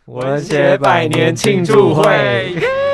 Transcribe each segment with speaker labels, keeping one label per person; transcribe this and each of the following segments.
Speaker 1: 文协百年庆祝会。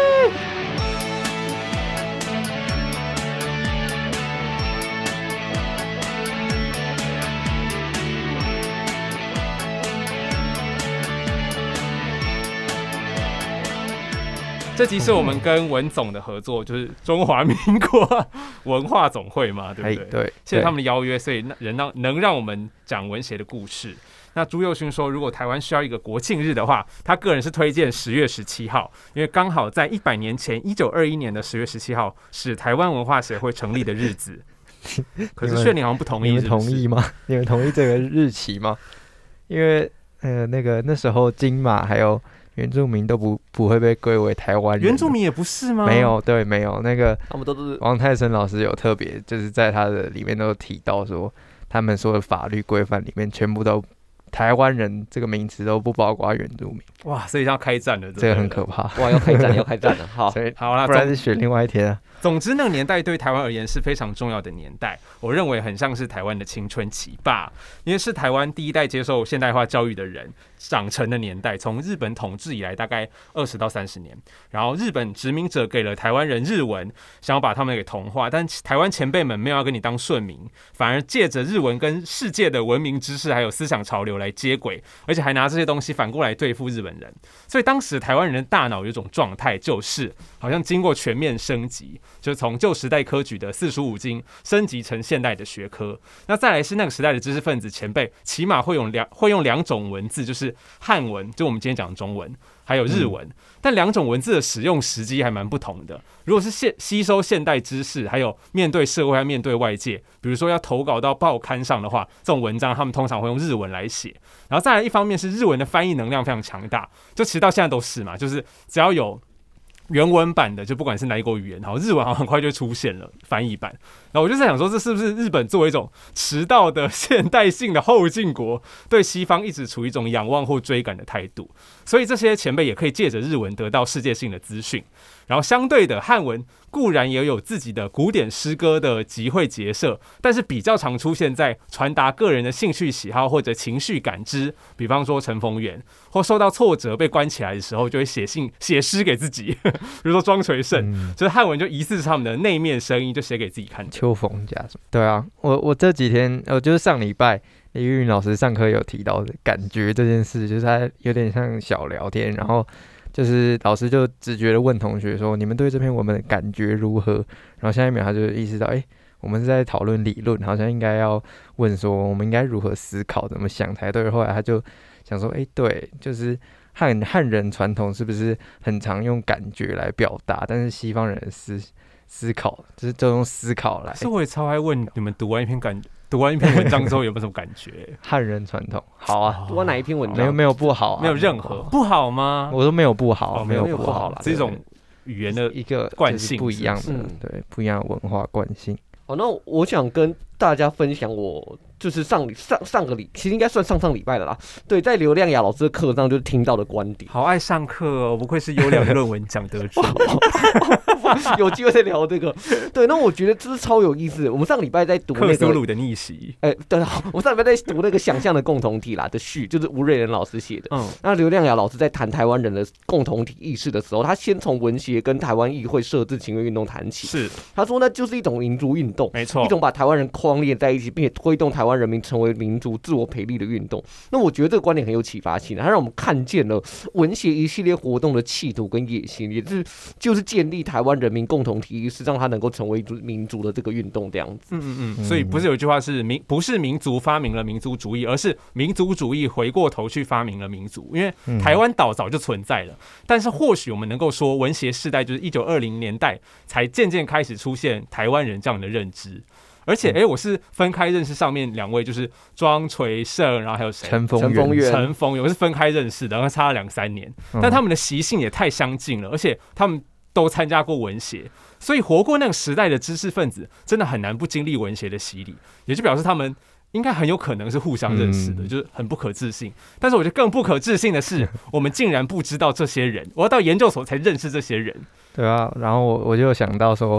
Speaker 2: 这集是我们跟文总的合作，就是中华民国文化总会嘛，对不对？
Speaker 1: 对，
Speaker 2: 谢谢他们的邀约，所以能让我们讲文协的故事。那朱佑勋说，如果台湾需要一个国庆日的话，他个人是推荐10月17号，因为刚好在100年前，1921年的10月17号是台湾文化协会成立的日子。可是炫灵好像不同意，
Speaker 1: 你们同意吗？你们同意这个日期吗？因为那时候金马还有原住民都不会被归为台湾人，
Speaker 2: 原住民也不是吗？
Speaker 1: 没有，对，没有。那个
Speaker 3: 他们都是
Speaker 1: 王泰生老师有特别，就是在他的里面都提到说，他们说的法律规范里面全部都台湾人这个名词都不包括原住民。
Speaker 2: 哇，所以要开战了，
Speaker 1: 这个很可怕。
Speaker 3: 哇，要开战了，好，
Speaker 2: 好啦，
Speaker 1: 不然是选另外一天啊。
Speaker 2: 总之，那个年代对台湾而言是非常重要的年代，我认为很像是台湾的青春期吧，因为是台湾第一代接受现代化教育的人长成的年代，从日本统治以来大概20到30年，然后日本殖民者给了台湾人日文，想要把他们给同化，但台湾前辈们没有要跟你当顺民，反而借着日文跟世界的文明知识还有思想潮流来接轨，而且还拿这些东西反过来对付日本人，所以当时台湾人的大脑有一种状态，就是好像经过全面升级，就是从旧时代科举的4书5经升级成现代的学科。那再来是那个时代的知识分子前辈，起码会用2种文字，就是汉文，就我们今天讲的中文，还有日文。但2种文字的使用时机还蛮不同的。如果是吸收现代知识，还有面对社会、面对外界，比如说要投稿到报刊上的话，这种文章他们通常会用日文来写。然后再来一方面是日文的翻译能量非常强大，就其实到现在都是嘛，就是只要有原文版的，就不管是哪一国语言，好，日文好像很快就出现了翻译版。然后我就在想说，这是不是日本作为一种迟到的现代性的后进国，对西方一直处于一种仰望或追赶的态度？所以这些前辈也可以借着日文得到世界性的资讯。然后相对的，汉文固然也有自己的古典诗歌的集会结社，但是比较常出现在传达个人的兴趣喜好或者情绪感知，比方说陈逢源，或受到挫折被关起来的时候，就会写诗给自己，比如说庄垂胜，就是汉文就疑似是他们的内面声音，就写给自己看的。
Speaker 1: 秋风家什么？对啊，我这几天就是上礼拜李玉云老师上课有提到的感觉这件事，就是他有点像小聊天，然后就是老师就直觉的问同学说：“你们对这篇文本的感觉如何？”然后下一秒他就意识到，我们是在讨论理论，好像应该要问说我们应该如何思考、怎么想才对。后来他就想说：“对，就是汉人传统是不是很常用感觉来表达？但是西方人的思考就是就用思考来。”
Speaker 2: 是我也超爱问你们读完一篇文章之后有没有什么感觉？
Speaker 1: 汉人传统好啊，
Speaker 3: 读完哪一篇文章？
Speaker 1: 没有不好啊，
Speaker 2: 没有任何不好吗？
Speaker 1: 我都没有不好，没有不好啦，
Speaker 2: 这种语言的
Speaker 1: 一个
Speaker 2: 惯性
Speaker 1: 不一样的，对，不一样的文化惯性。
Speaker 3: 好，那我想跟大家分享我就是上个其实应该算上礼拜的啦。对，在刘亮雅老师的课上就听到的观点。
Speaker 2: 好爱上课哦，不愧是优良论文奖得主。
Speaker 3: 有机会再聊这个。对，那我觉得这是超有意思的。我们上礼拜在读那个
Speaker 2: 克苏鲁的逆袭。
Speaker 3: 对，我上礼拜在读那个想象的共同体啦的序，就是吴瑞仁老师写的。那刘亮雅老师在谈台湾人的共同体意识的时候，他先从文协跟台湾议会设置情愿运动谈起。
Speaker 2: 是，
Speaker 3: 他说那就是一种民族运动，
Speaker 2: 没错，
Speaker 3: 一种把台湾人框列在一起，并且推动台湾人民成为民族自我培力的运动。那我觉得这个观点很有启发性，它让我们看见了文协一系列活动的企图跟野心，也是就是建立台湾人民共同体意识，让它能够成为民族的这个运动这样子。
Speaker 2: 所以不是有一句话是不是民族发明了民族主义，而是民族主义回过头去发明了民族。因为台湾岛早就存在了，但是或许我们能够说，文协世代就是1920年代才渐渐开始出现台湾人这样的认知。而且，我是分开认识上面2位，就是庄垂胜，然后还有谁？
Speaker 1: 陈逢源，
Speaker 2: 我是分开认识的，然后差了2-3年，但他们的习性也太相近了，而且他们都参加过文协，所以活过那个时代的知识分子，真的很难不经历文协的洗礼，也就表示他们应该很有可能是互相认识的，就是很不可置信。但是我觉得更不可置信的是，我们竟然不知道这些人，我要到研究所才认识这些人。
Speaker 1: 对啊，然后我就想到说，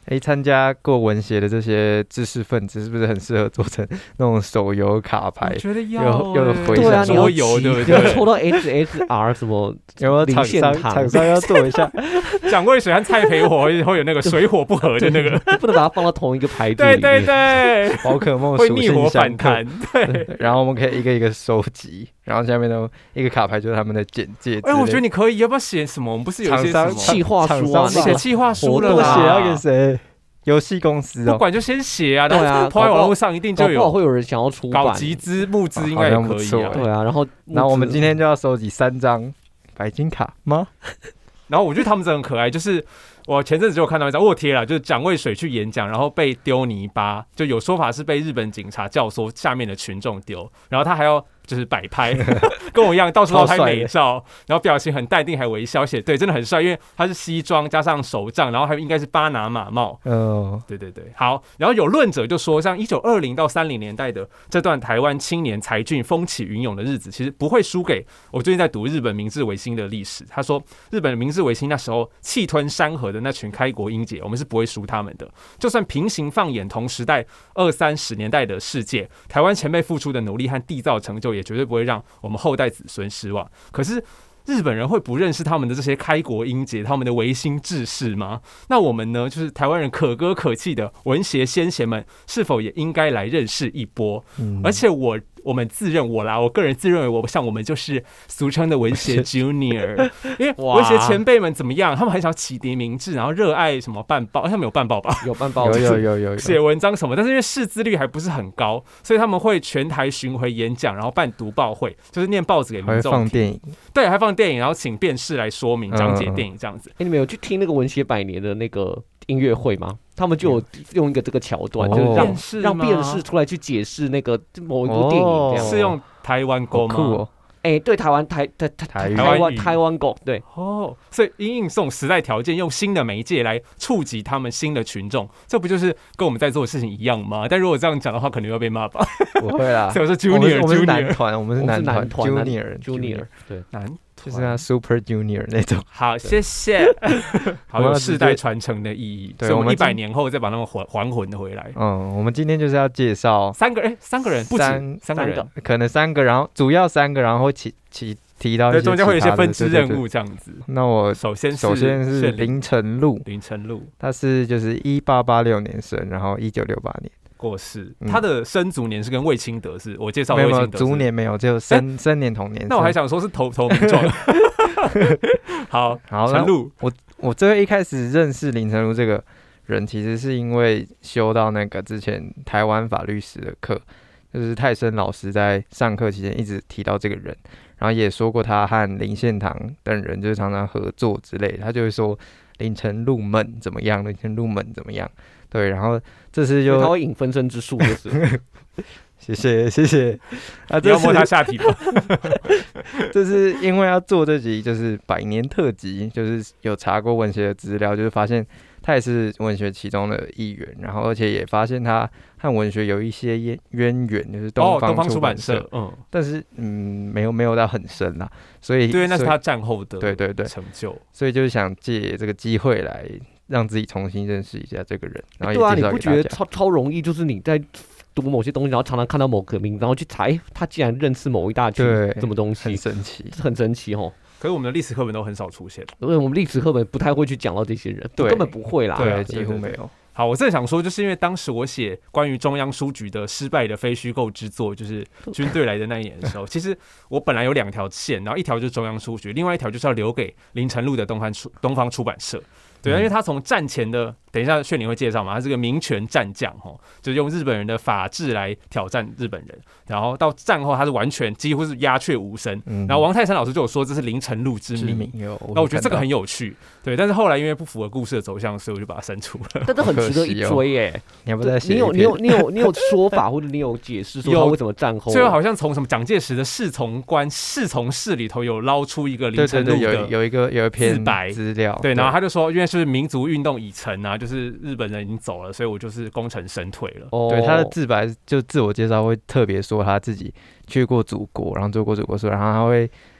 Speaker 1: 参加过文协的这些知识分子，是不是很适合做成那种手游卡牌？
Speaker 2: 我觉得
Speaker 1: 又
Speaker 2: 要
Speaker 1: 回
Speaker 3: 对啊，
Speaker 1: 想
Speaker 2: 桌游对不
Speaker 3: 你要
Speaker 2: 对？
Speaker 3: 抽到 SSR 什么
Speaker 1: 有没有厂商要做一下？
Speaker 2: 蒋渭水和蔡培火会有那个水火不合的那个，
Speaker 3: 不能把它放到同一个牌组
Speaker 2: 对
Speaker 3: 里面。
Speaker 2: 对对，
Speaker 1: 宝可梦
Speaker 2: 会
Speaker 1: 属性
Speaker 2: 逆火反
Speaker 1: 相克
Speaker 2: 弹。对，
Speaker 1: 然后我们可以一个一个收集，然后下面呢一个卡牌就是他们的简介之类。
Speaker 2: 哎，我觉得你可以，要不要写什么？我们不是有一些什么
Speaker 3: 企划书啊，
Speaker 1: 厂商
Speaker 3: 那个
Speaker 2: 写企划书了
Speaker 1: 多写要
Speaker 2: 啦
Speaker 1: 给？谁？游戏公司哦，
Speaker 2: 不管就先写啊，
Speaker 3: 对啊
Speaker 2: 然后抛在网络上一定就
Speaker 3: 搞不好
Speaker 2: 有
Speaker 3: 会有人想要出版。
Speaker 2: 搞集资募资，应该也
Speaker 1: 好像不
Speaker 2: 可以啊。
Speaker 1: 错欸
Speaker 3: 对啊，然后
Speaker 1: 我们今天就要收集3张白金卡吗？
Speaker 2: 然后我觉得他们真的很可爱，就是我前阵子就有看到一张，我有贴了，就是蒋渭水去演讲，然后被丢泥巴，就有说法是被日本警察教唆下面的群众丢，然后他还要就是摆拍，跟我一样到处都拍美照，然后表情很淡定，还微笑，写对，真的很帅，因为他是西装加上手杖，然后还应该是巴拿马帽。对对对，好。然后有论者就说，像1920到30年代的这段台湾青年才俊风起云涌的日子，其实不会输给我最近在读日本明治维新的历史。他说，日本明治维新那时候气吞山河的那群开国英杰，我们是不会输他们的。就算平行放眼同时代20-30年代的世界，台湾前辈付出的努力和缔造成就，也绝对不会让我们后代子孙失望。可是日本人会不认识他们的这些开国英杰，他们的维新志士吗？那我们呢，就是台湾人可歌可泣的文协先贤们，是否也应该来认识一波？而且我们自认我个人自认为我们就是俗称的文协 Junior， 因为文协前辈们怎么样？他们很想启迪明智，然后热爱什么办报，他们有办报吧？
Speaker 3: 有办报，
Speaker 1: 有
Speaker 2: 写文章什么，但是因为识字率还不是很高，所以他们会全台巡回演讲，然后办读报会，就是念报纸给民众听。
Speaker 1: 还会放电影，
Speaker 2: 对，还放电影，然后请辩士来说明讲解电影这样子。
Speaker 3: 你们有去听那个文协100年的那个音乐会吗？他们就有用一个这个桥段，就是让辩士出来去解释那个某一部电影，这样
Speaker 2: 是用台湾歌吗？
Speaker 1: 酷哦。
Speaker 3: 对，台湾狗，对
Speaker 2: 哦，所以因应这种时代条件，用新的媒介来触及他们新的群众，这不就是跟我们在做的事情一样吗？但如果这样讲的话，可能要被骂吧？
Speaker 1: 不会啦，
Speaker 2: 所以我说 Junior，
Speaker 1: 我们是男团，我们是男团
Speaker 3: Junior， 对，
Speaker 2: 男
Speaker 1: 就是那 Super Junior 那种。
Speaker 2: 好，谢谢。好有世代传承的意义，所以我们100年后再把他们还魂的回来。
Speaker 1: 我们今天就是要介绍
Speaker 2: 3个人，不止3个人，
Speaker 1: 可能3个，然后主要3个，然后会提到一些，
Speaker 2: 中间会有一些分支任务这样子。
Speaker 1: 那我首先是林晨祿，他是就是1886年生，然后1968年
Speaker 2: 过世。他的生卒年是跟魏清德是我介绍的魏清德，
Speaker 1: 卒年没有，就生年同年。
Speaker 2: 那我还想说是头名状。好，晨祿，
Speaker 1: 我最一开始认识林晨祿这个人，其实是因为修到那个之前台湾法律史的课，就是泰生老师在上课期间一直提到这个人，然后也说过他和林献堂等人就是常常合作之类的，他就会说林晨祿们怎么样，林晨祿们怎么样。对，然后这次就
Speaker 3: 他会引分身之术，就是
Speaker 1: 谢谢
Speaker 2: 啊，你要摸他下体吗？
Speaker 1: 这是因为要做这集就是100年特辑，就是有查过文学的资料，就是发现他也是文学其中的一员，然后而且也发现他和文学有一些渊源，就是东方出版社，但是没有到很深啦，所以
Speaker 2: 对，那是他战后的
Speaker 1: 对
Speaker 2: 成就，
Speaker 1: 所以就是想借这个机会来让自己重新认识一下这个人，然后也介绍给大家。
Speaker 3: 对啊，你不觉得超容易？就是你在读某些东西，然后常常看到某个名，然后去查，他竟然认识某一大群什么东西，
Speaker 1: 很神奇，
Speaker 3: 很神奇哦。
Speaker 2: 可是我们的历史课本都很少出现，
Speaker 3: 因为我们历史课本不太会去讲到这些人，根本不会啦，
Speaker 1: 对，几乎没有。
Speaker 2: 好，我正想说，就是因为当时我写关于中央书局的失败的非虚构之作，就是军队来的那一年的时候，其实我本来有2条线，然后一条就是中央书局，另外一条就是要留给林晨祿的东方出版社。对，因为他从战前的，等一下炫灵会介绍嘛，他是个民权战将，就是用日本人的法治来挑战日本人，然后到战后他是完全几乎是鸦雀无声。然后王泰山老师就有说这是林晨祿之谜，那我觉得这个很有趣，对，但是后来因为不符合故事的走向，所以我就把它删除了。
Speaker 3: 但是很值得一追耶！
Speaker 1: 你要不再写？
Speaker 3: 你有说法或者你有解释说他为什么战后？
Speaker 2: 最后好像从什么蒋介石的侍从室里头有捞出一个林晨祿的
Speaker 1: 有一篇
Speaker 2: 自白
Speaker 1: 资料，
Speaker 2: 对，然后他就说因为是民族运动已成啊，就是日本人已经走了，所以我就是功成身退了。
Speaker 1: 对，他的自白就自我介绍会特别说他自己去过祖国，然后做过祖国事，然后他会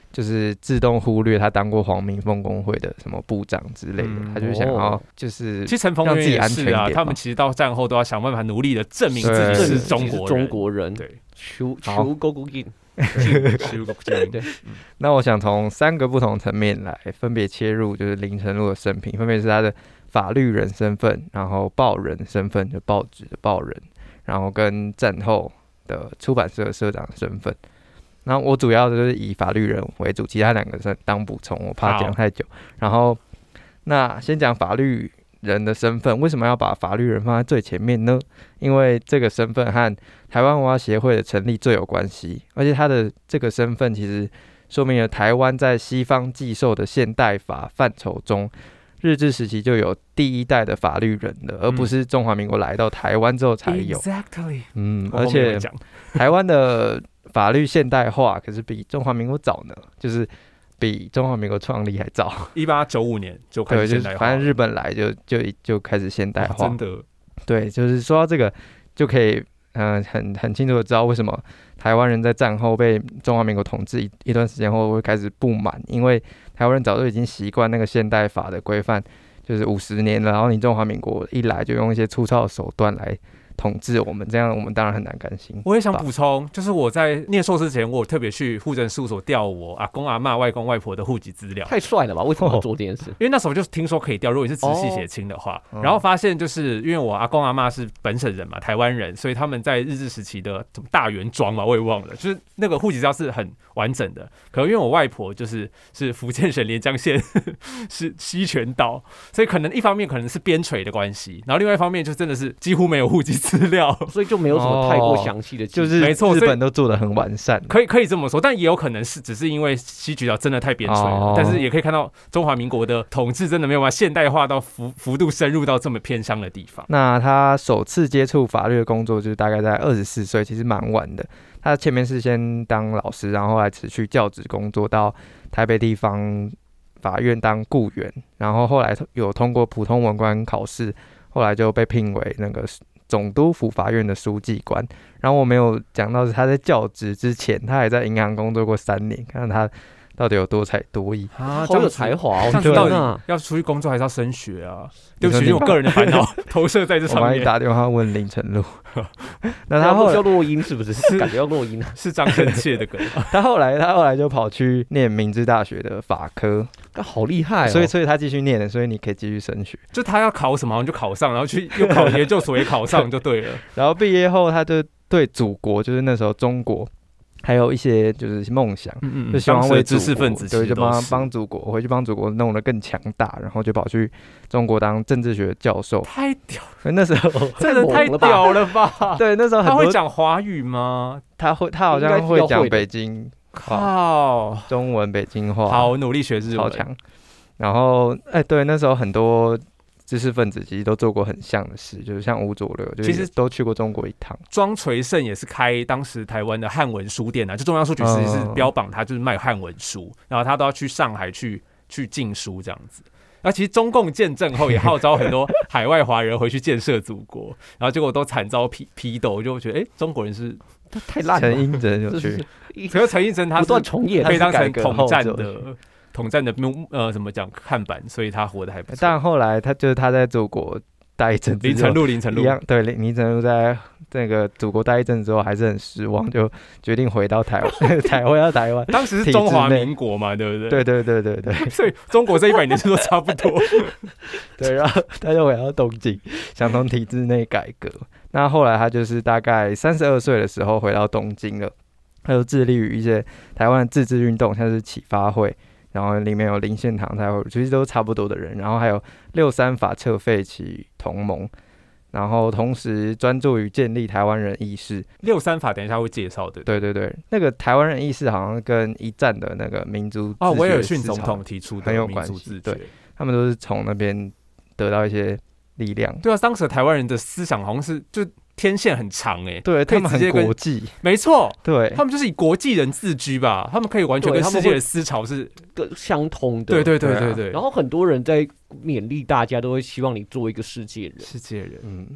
Speaker 1: 就是自动忽略他当过黄明丰工会的什么部长之类的，他就想要就是
Speaker 2: 其实陈逢源也是啊，他们其实到战后都要想办法努力的证明自己是中国人，
Speaker 3: 对，
Speaker 2: 求
Speaker 3: 狗狗劲。
Speaker 2: 对，
Speaker 1: 那我想从3个不同层面来分别切入，就是林呈禄的生平，分别是他的法律人身份，然后报人身份，就报纸的报人，然后跟战后的出版社社长的身份。然后我主要就是以法律人为主，其他2个是当补充，我怕讲太久。然后那先讲法律人的身份，为什么要把法律人放在最前面呢？因为这个身份和台湾文化协会的成立最有关系，而且他的这个身份其实说明了台湾在西方寄售的现代法范畴中，日治时期就有第1代的法律人了，而不是中华民国来到台湾之后才有。
Speaker 2: Exactly。
Speaker 1: 而且台湾的法律现代化可是比中华民国早呢，就是比中华民国创立还早
Speaker 2: ，1895年就开始现代化，
Speaker 1: 反正日本来就开始现代化，
Speaker 2: 真的。
Speaker 1: 对，就是说到这个就可以很清楚的知道为什么台湾人在战后被中华民国统治一段时间后会开始不满，因为台湾人早就已经习惯那个现代法的规范，就是50年了，然后你中华民国一来就用一些粗糙的手段来统治我们，这样我们当然很难甘心。
Speaker 2: 我也想补充，就是我在念硕士前，我有特别去户政事务所调我阿公阿嬷、外公外婆的户籍资料。
Speaker 3: 太帅了吧？为什么要做这件事？
Speaker 2: 因为那时候就听说可以调，如果你是直系血亲的话，然后发现就是因为我阿公阿嬷是本省人嘛，台湾人，所以他们在日治时期的什么大元庄嘛，我也忘了，就是那个户籍资料是很完整的。可能因为我外婆是福建省连江县是西泉岛，所以可能一方面可能是边陲的关系，然后另外一方面就真的是几乎没有户籍资料，
Speaker 3: 所以就没有什么太过详细的记录，
Speaker 1: 就是
Speaker 2: 没错，
Speaker 1: 日本都做得很完善，
Speaker 2: 可以这么说，但也有可能是只是因为西莒岛真的太边陲了，但是也可以看到中华民国的统治真的没有办法现代化到幅度深入到这么偏乡的地方。
Speaker 1: 那他首次接触法律的工作就是大概在24岁，其实蛮晚的。他前面是先当老师，然后后来辞去教职工作，到台北地方法院当雇员，然后后来有通过普通文官考试，后来就被聘为那个总督府法院的书记官。然后我没有讲到是他在教职之前，他还在银行工作过3年，看看他到底有多才多艺
Speaker 3: 啊，好有才华哦！
Speaker 2: 这样子到底要出去工作还是要升学啊？对不起，因为我个人的烦恼投射在这上面。
Speaker 1: 我帮你打电话问林呈禄。那
Speaker 3: 他后来叫落音是不是？感觉要落音啊，
Speaker 2: 是张生切的歌。
Speaker 1: 他后来就跑去念明治大学的法科，
Speaker 3: 好厉害哦！
Speaker 1: 所以他继续念了，所以你可以继续升学。
Speaker 2: 就他要考什么，就考上，然后去又考研究所也考上就对了。
Speaker 1: 然后毕业后，他就对祖国，就是那时候中国，还有一些就是梦想，就希望为
Speaker 2: 知识分子，
Speaker 1: 对，就帮祖国，回去帮祖国弄得更强大，然后就跑去中国当政治学教授。
Speaker 2: 太屌了！
Speaker 1: 那时候
Speaker 2: 真的太屌了吧？
Speaker 1: 对，那时候
Speaker 2: 他会讲华语吗？
Speaker 1: 他好像会讲北京话，中文北京话。
Speaker 2: 好，努力学日文，
Speaker 1: 超强。然后对，那时候很多知识分子其实都做过很像的事，就是像吴浊流，其实都去过中国一趟。
Speaker 2: 庄垂胜也是开当时台湾的汉文书店啊，就中央书局其实是标榜他就是卖汉文书，然后他都要去上海去进书这样子。然后其实中共建政后也号召很多海外华人回去建设祖国，然后结果都惨遭批斗，就觉得中国人是
Speaker 3: 太烂了。
Speaker 1: 陈英真有趣，
Speaker 2: 可是陈英真他是
Speaker 3: 不断重演，
Speaker 2: 可以当成统战的怎么讲看板，所以他活得还不错。
Speaker 1: 但后来他在祖国待一阵子，
Speaker 2: 林呈禄
Speaker 1: 一样，对，林呈禄在那个祖国待一阵子之后还是很失望，就决定回到台湾，回到台湾。
Speaker 2: 当时是中华民国嘛，对不对？
Speaker 1: 对。
Speaker 2: 所以中国这100年都差不多。
Speaker 1: 对，然后他就回到东京，想从体制内改革。那后来他就是大概32岁的时候回到东京了，他就致力于一些台湾的自治运动，像是启发会。然后里面有林献堂才会，其实都差不多的人。然后还有6·3法撤废其同盟，然后同时专注于建立台湾人意识。
Speaker 2: 6·3法等一下会介绍的。
Speaker 1: 对，那个台湾人意识好像跟一战的那个民族
Speaker 2: 威尔逊总统提出的
Speaker 1: 很有关系。对，他们都是从那边得到一些力量。
Speaker 2: 对啊，当时的台湾人的思想好像是就天线很长
Speaker 1: 对，他们很国际，
Speaker 2: 没错，
Speaker 1: 对，
Speaker 2: 他们就是以国际人自居吧，他们可以完全跟世界的思潮是
Speaker 3: 相通的，
Speaker 2: 对。
Speaker 3: 然后很多人在勉励大家，都会希望你做一个世界人，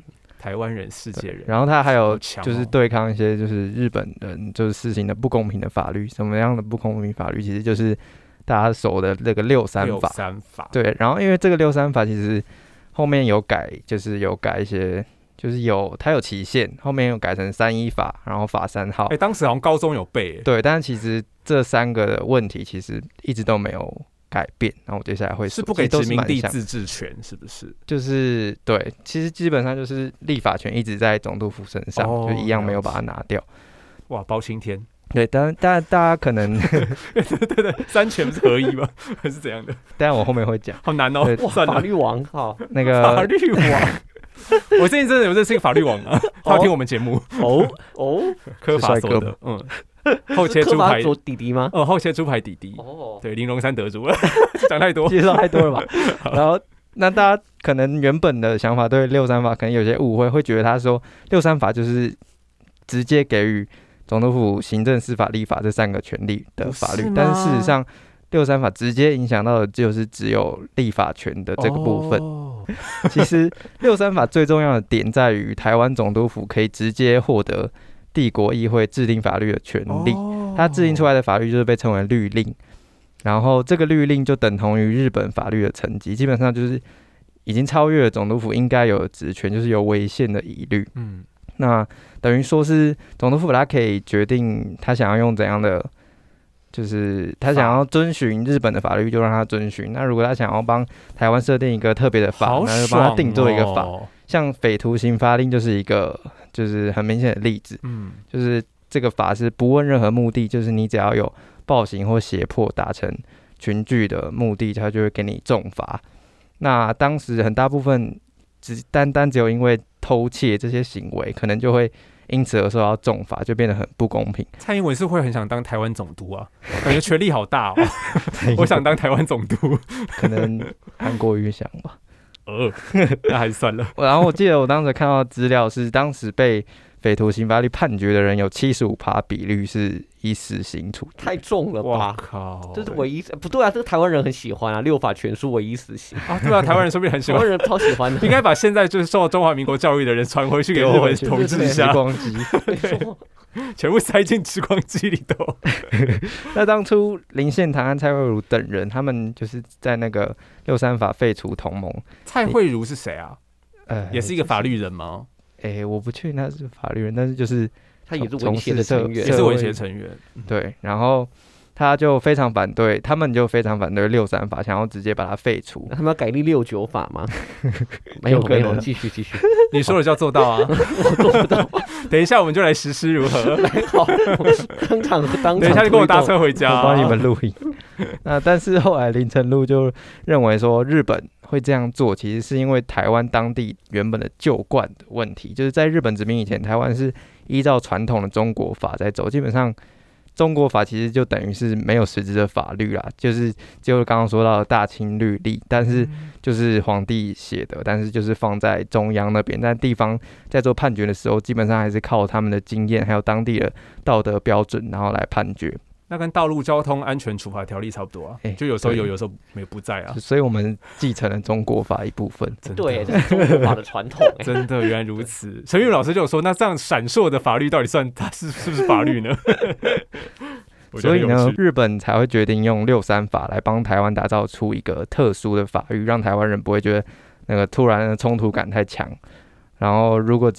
Speaker 2: 台湾人、世界人，
Speaker 1: 然后他还有
Speaker 2: 强哦
Speaker 1: 就是对抗一些就是日本人就是施行的不公平的法律，什么样的不公平法律？其实就是大家熟的那个6·3法。
Speaker 2: 6·3法，
Speaker 1: 对，然后因为这个6·3法其实后面有改，就是有改一些，就是它有期限，后面有改成3·1法，然后法3号。
Speaker 2: 当时好像高中有背，
Speaker 1: 对，但是其实这3个的问题其实一直都没有改变。然后我接下来会说
Speaker 2: 是不给殖民地
Speaker 1: 其实都是蛮像
Speaker 2: 自治权，是不是？
Speaker 1: 就是对，其实基本上就是立法权一直在总督府身上，
Speaker 2: 哦
Speaker 1: 就一样没有把它拿掉。
Speaker 2: 哇，包青天，
Speaker 1: 对，但大家可能，
Speaker 2: 对，三权不是合一吗？还是怎样的？
Speaker 1: 但我后面会讲
Speaker 2: 好难哦
Speaker 1: 对，
Speaker 2: 算了，
Speaker 3: 法律王哈，
Speaker 1: 那
Speaker 2: 法
Speaker 1: 个
Speaker 2: 律王。我最近真的有认识一个法律王啊，他有听我们节目，
Speaker 3: 哦哦，
Speaker 2: 科法所的，后切猪排
Speaker 3: 做弟弟吗？
Speaker 2: 后切猪排弟弟，
Speaker 3: 哦，
Speaker 2: 对，玲珑山得主了，讲太多，
Speaker 1: 介绍太多了吧？然后那大家可能原本的想法对6·3法可能有些误会，会觉得他说6·3法就是直接给予总督府行政、司法、立法这3个权利的法律，但是事实上6·3法直接影响到的就是只有立法权的这个部分。其实6·3法最重要的点在于台湾总督府可以直接获得帝国议会制定法律的权利，它制定出来的法律就是被称为律令，然后这个律令就等同于日本法律的层级，基本上就是已经超越了总督府应该有的职权，就是有违宪的疑虑。那等于说是总督府他可以决定他想要用怎样的，就是他想要遵循日本的法律就让他遵循，那如果他想要帮台湾设定一个特别的法，那就帮他定做一个法。像匪徒刑法令就是一个就是很明显的例子，就是这个法是不问任何目的，就是你只要有暴行或胁迫达成群聚的目的，他就会给你重罚。那当时很大部分单只有因为偷窃这些行为，可能就会因此而受到重罚，就变得很不公平。
Speaker 2: 蔡英文是会很想当台湾总督啊，感觉权力好大哦。我想当台湾总督，
Speaker 1: 可能韩国瑜想吧。
Speaker 2: 那还是算了。
Speaker 1: 然后我记得我当时看到的资料是，当时被匪徒刑法律判决的人有75%比率是以死刑处决，
Speaker 3: 太重了
Speaker 2: 哇
Speaker 3: 吧？
Speaker 2: 靠，
Speaker 3: 这是唯一不对啊！这个台湾人很喜欢啊，6法全书唯一死刑
Speaker 2: 啊！对啊，台湾人说不定很喜欢，
Speaker 3: 台湾人超喜欢的。
Speaker 2: 应该把现在就是受到中华民国教育的人传回去给日本统治一下，
Speaker 1: 时光机，
Speaker 2: 全部塞进时光机里头。
Speaker 1: 那当初林献堂和蔡惠如等人，他们就是在那个6·3法废除同盟。
Speaker 2: 蔡惠如是谁啊？也是一个法律人吗？
Speaker 1: 我不确定他是法律人，但是就是
Speaker 3: 他也是文协的成员，
Speaker 2: 也是文协成员。
Speaker 1: 对，然后他就非常反对，他们就非常反对6·3法，想要直接把它废除。
Speaker 3: 他们要改立6·9法吗？没有，继续。
Speaker 2: 你说了就要做到啊！
Speaker 3: 我做不到。
Speaker 2: 等一下我们就来实施如何？
Speaker 3: 好，当场。
Speaker 2: 等一下就跟我搭车回家，
Speaker 1: 我帮你们录音。那但是后来林呈禄就认为说，日本会这样做，其实是因为台湾当地原本的旧惯的问题，就是在日本殖民以前，台湾是依照传统的中国法在走，基本上中国法其实就等于是没有实质的法律啦，就是刚刚说到的大清律例，但是就是皇帝写的，但是就是放在中央那边，但地方在做判决的时候，基本上还是靠他们的经验还有当地的道德标准，然后来判决。
Speaker 2: 那跟道路交通安全处罚条例差不多啊，就有时候有，有时候不在啊，
Speaker 1: 所以我们继承了中国法一部分。
Speaker 3: 对，这是中国法的传统。
Speaker 2: 真的，原来如此。陈玉老师就有说，那这样闪烁的法律到底算它是不是法律呢？
Speaker 1: 所以呢，日本才会决定用6·3法来帮台湾打造出一个特殊的法律，让台湾人不会觉得那个突然的冲突感太强。然后如果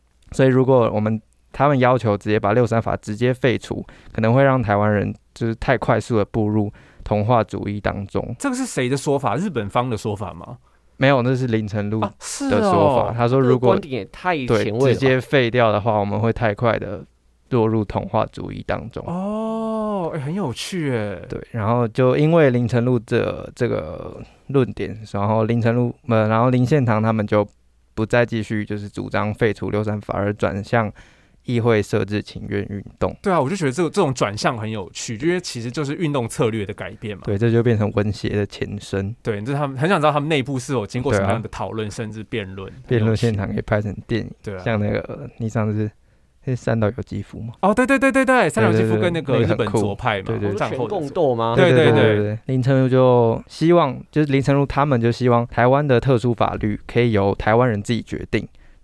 Speaker 1: 他们要求直接把6·3法直接废除，可能会让台湾人就是太快速的步入同化主义当中。
Speaker 2: 这个是谁的说法？日本方的说法吗？
Speaker 1: 没有，那是林呈禄的说法。他说，如果
Speaker 3: 观点也太前卫了，
Speaker 1: 直接废掉的话，我们会太快的落入同化主义当中。
Speaker 2: 很有趣耶。
Speaker 1: 对，然后就因为林呈禄这个论点，然后林献堂他们就不再继续就是主张废除6·3法，而转向议会设置请愿运动。
Speaker 2: 对啊，我就觉得这种转向很有趣，因为其实就是运动策略的改变嘛。
Speaker 1: 对，这就变成文协的前身。
Speaker 2: 对，就是他们很想知道他们内部是有经过什么样的讨论，甚至辩论。
Speaker 1: 辩论现场可以拍成电影。
Speaker 2: 对啊，
Speaker 4: 像那个你上次是三岛由纪夫吗？
Speaker 2: 哦，对，三岛由纪夫跟那个日本左派嘛，
Speaker 1: 对，
Speaker 3: 全共斗吗？
Speaker 2: 对。
Speaker 1: 林呈禄就希望，就是林呈禄他们就希望台湾的特殊法律可以由台湾人自己决定。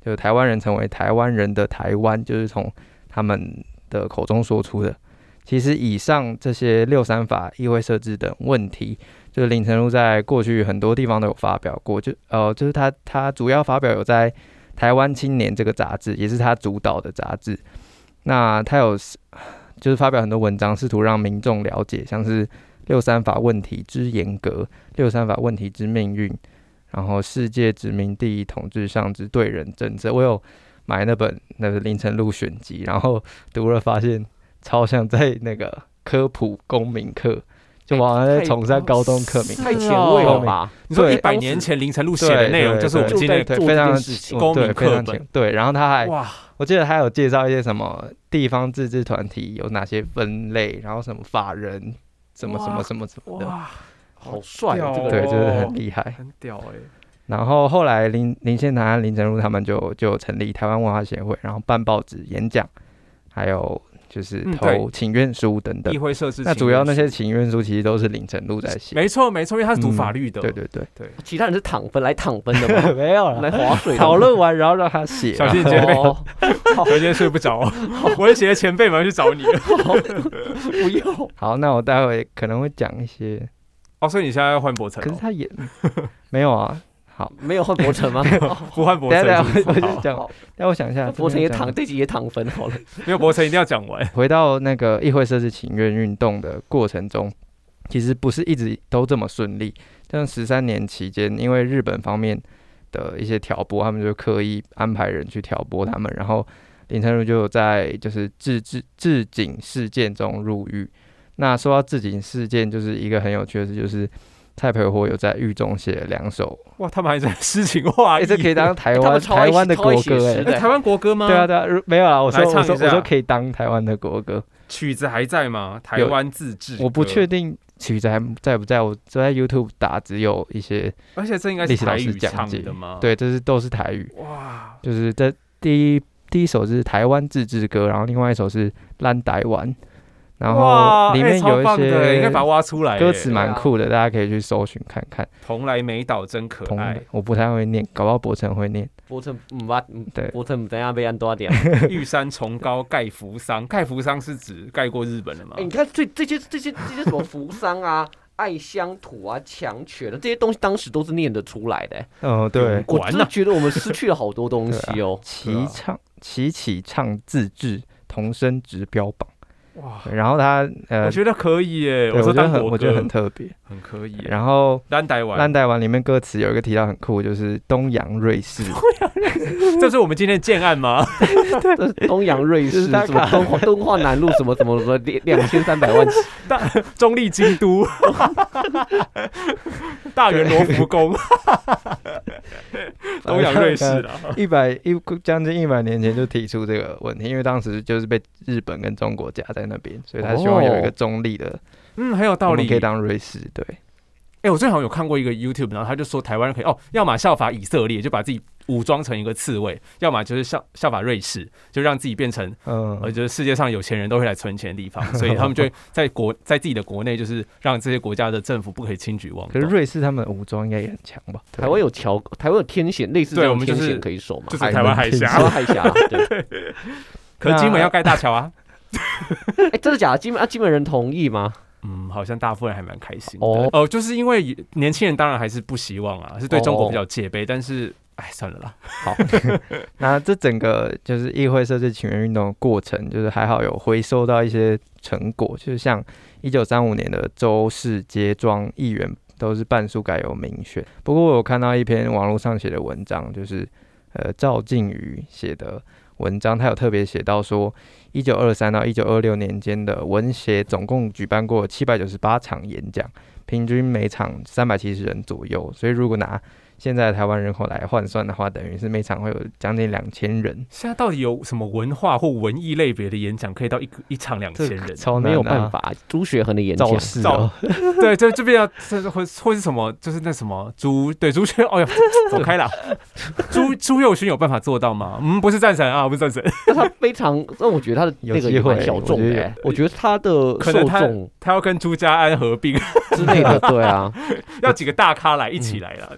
Speaker 4: 就是台湾人成为台湾人的台湾，就是从他们的口中说出的。其实以上这些6·3法、议会设置等问题，就是林呈祿在过去很多地方都有发表过，就是他主要发表有在台湾青年这个杂志，也是他主导的杂志。那他有就是发表很多文章，试图让民众了解，像是6·3法问题之严格、6·3法问题之命运，然后世界殖民地统治上之对人政策。我有买那本林呈祿选集，然后读了发现超像在那个科普公民课，就好像在崇山高中课名，
Speaker 3: 太前卫了吧？
Speaker 2: 你说100年前林呈祿写的内容，就是我们今天
Speaker 4: 非常
Speaker 2: 公民课本。
Speaker 4: 对，然后他还
Speaker 2: 哇，
Speaker 4: 我记得还有介绍一些什么地方自治团体有哪些分类，然后什么法人什么的，
Speaker 2: 哇，
Speaker 3: 好帅哦！
Speaker 4: 对，就是很厉害，
Speaker 2: 很屌哎。
Speaker 4: 然后后来林献堂和林呈祿他们就成立台湾文化协会，然后办报纸、演讲，还有就是投请愿书等等。
Speaker 2: 议会设置，
Speaker 4: 那主要那些请愿书其实都是林呈祿在写。
Speaker 2: 没错，因为他是读法律的。
Speaker 4: 对，
Speaker 3: 其他人是躺分的吗？
Speaker 4: 没有了，
Speaker 3: 来划水
Speaker 4: 讨论完然后让他写。
Speaker 2: 小心你今天睡不着，我是写的前辈们去找你了。
Speaker 3: 不用。
Speaker 4: 好，那我待会可能会讲一些。
Speaker 2: 所以你现在要换柏成？
Speaker 4: 可是他也没有啊。好，
Speaker 3: 没有换柏成吗？
Speaker 2: 不换柏成。
Speaker 4: 我就讲，让我想一下，
Speaker 3: 柏成这集也躺分好了。
Speaker 2: 没有柏成一定要讲完。
Speaker 4: 回到那个议会设置请愿运动的过程中，其实不是一直都这么顺利。像13年期间，因为日本方面的一些挑拨，他们就刻意安排人去挑拨他们，然后林呈祿就有在就是治警事件中入狱。那说到治警事件，就是一个很有趣的事，就是蔡培火有在狱中写了2首。
Speaker 2: 哇，他们还在诗情画意，
Speaker 4: 这可以当台湾的国歌
Speaker 2: 台湾国歌吗？
Speaker 4: 对啊，没有啦，我说可以当台湾的国歌。
Speaker 2: 曲子还在吗？台湾自治歌，
Speaker 4: 我不确定曲子还在不在，我在 YouTube 打，只有一些，
Speaker 2: 而且这应该是台语唱的吗？
Speaker 4: 对，都是台语。
Speaker 2: 哇，
Speaker 4: 就是这第一首是台湾自治歌，然后另外一首是咱台湾。然后里面有一些
Speaker 2: 应该把它挖出来，
Speaker 4: 歌词蛮酷的，大家可以去搜寻看看。
Speaker 2: 蓬莱美岛真可爱，
Speaker 4: 我不太会念，搞不好柏成会念。
Speaker 3: 柏成
Speaker 4: 对，
Speaker 3: 柏成等下被按多点。
Speaker 2: 玉山崇高盖扶桑，盖扶桑是指盖过日本了吗？
Speaker 3: 你看这些什么扶桑啊、爱乡土啊、强权的这些东西，当时都是念得出来的。
Speaker 4: 对，
Speaker 3: 我真的觉得我们失去了好多东西哦。
Speaker 4: 齐起唱自治，同声直标榜。
Speaker 2: 哇，
Speaker 4: 然后他
Speaker 2: 我觉得可以耶，
Speaker 4: 我觉得很特别，
Speaker 2: 很可以。
Speaker 4: 然后
Speaker 2: 咱台
Speaker 4: 湾里面歌词有一个提到很酷，就是东洋瑞士。
Speaker 2: 这是我们今天的建案吗？
Speaker 3: 对，东洋瑞士，什么敦化南路什么2300万起，
Speaker 2: 中立京都，大元罗浮宫，东洋瑞士啊，
Speaker 4: 将近100年前就提出这个问题，因为当时就是被日本跟中国夹在那边，所以他希望有一个中立的，
Speaker 2: 很有道理，
Speaker 4: 可以当瑞士。对，
Speaker 2: 我最好有看过一个 YouTube， 然后他就说台湾人可以要么效法以色列，就把自己武装成一个刺猬，要么就是效法瑞士，就让自己变成就是世界上有钱人都会来存钱的地方，所以他们就在自己的国内，就是让这些国家的政府不可以轻举妄动。
Speaker 4: 可是瑞士他们的武装应该也很强吧？
Speaker 3: 台湾有天险，类似这种天险可以守嘛？
Speaker 2: 就是台湾海峡，
Speaker 3: 对。
Speaker 2: 可是金门要盖大桥啊！
Speaker 3: 真的假的？金门人同意吗？
Speaker 2: 好像大部分人还蛮开心的。就是因为年轻人当然还是不希望啊，是对中国比较戒备，但是算了啦。
Speaker 4: 好，那这整个就是议会设置请愿运动的过程，就是还好有回收到一些成果，就是像1935年的州市街庄议员都是半数改由民选。不过我有看到一篇网络上写的文章，就是赵靖宇写的文章，他有特别写到说，1923到1926年间的文协总共举办过798场演讲，平均每场370人左右，所以如果拿现在的台湾人口来换算的话，等于是每场会有将近2000人。
Speaker 2: 现在到底有什么文化或文艺类别的演讲可以到一场2000人？
Speaker 4: 超难啊，
Speaker 3: 没有办法。朱学恒的演讲，
Speaker 2: 对，这边要会是什么？就是那什么朱学，走开啦。朱佑勋有办法做到吗？不是战神啊，不是战神。
Speaker 3: 但他非常，但我觉得他的那个也蛮小众的。我觉得他的受众，
Speaker 2: 他要跟朱家安合并
Speaker 3: 之类的，对啊，
Speaker 2: 要几个大咖来一起来啦，对。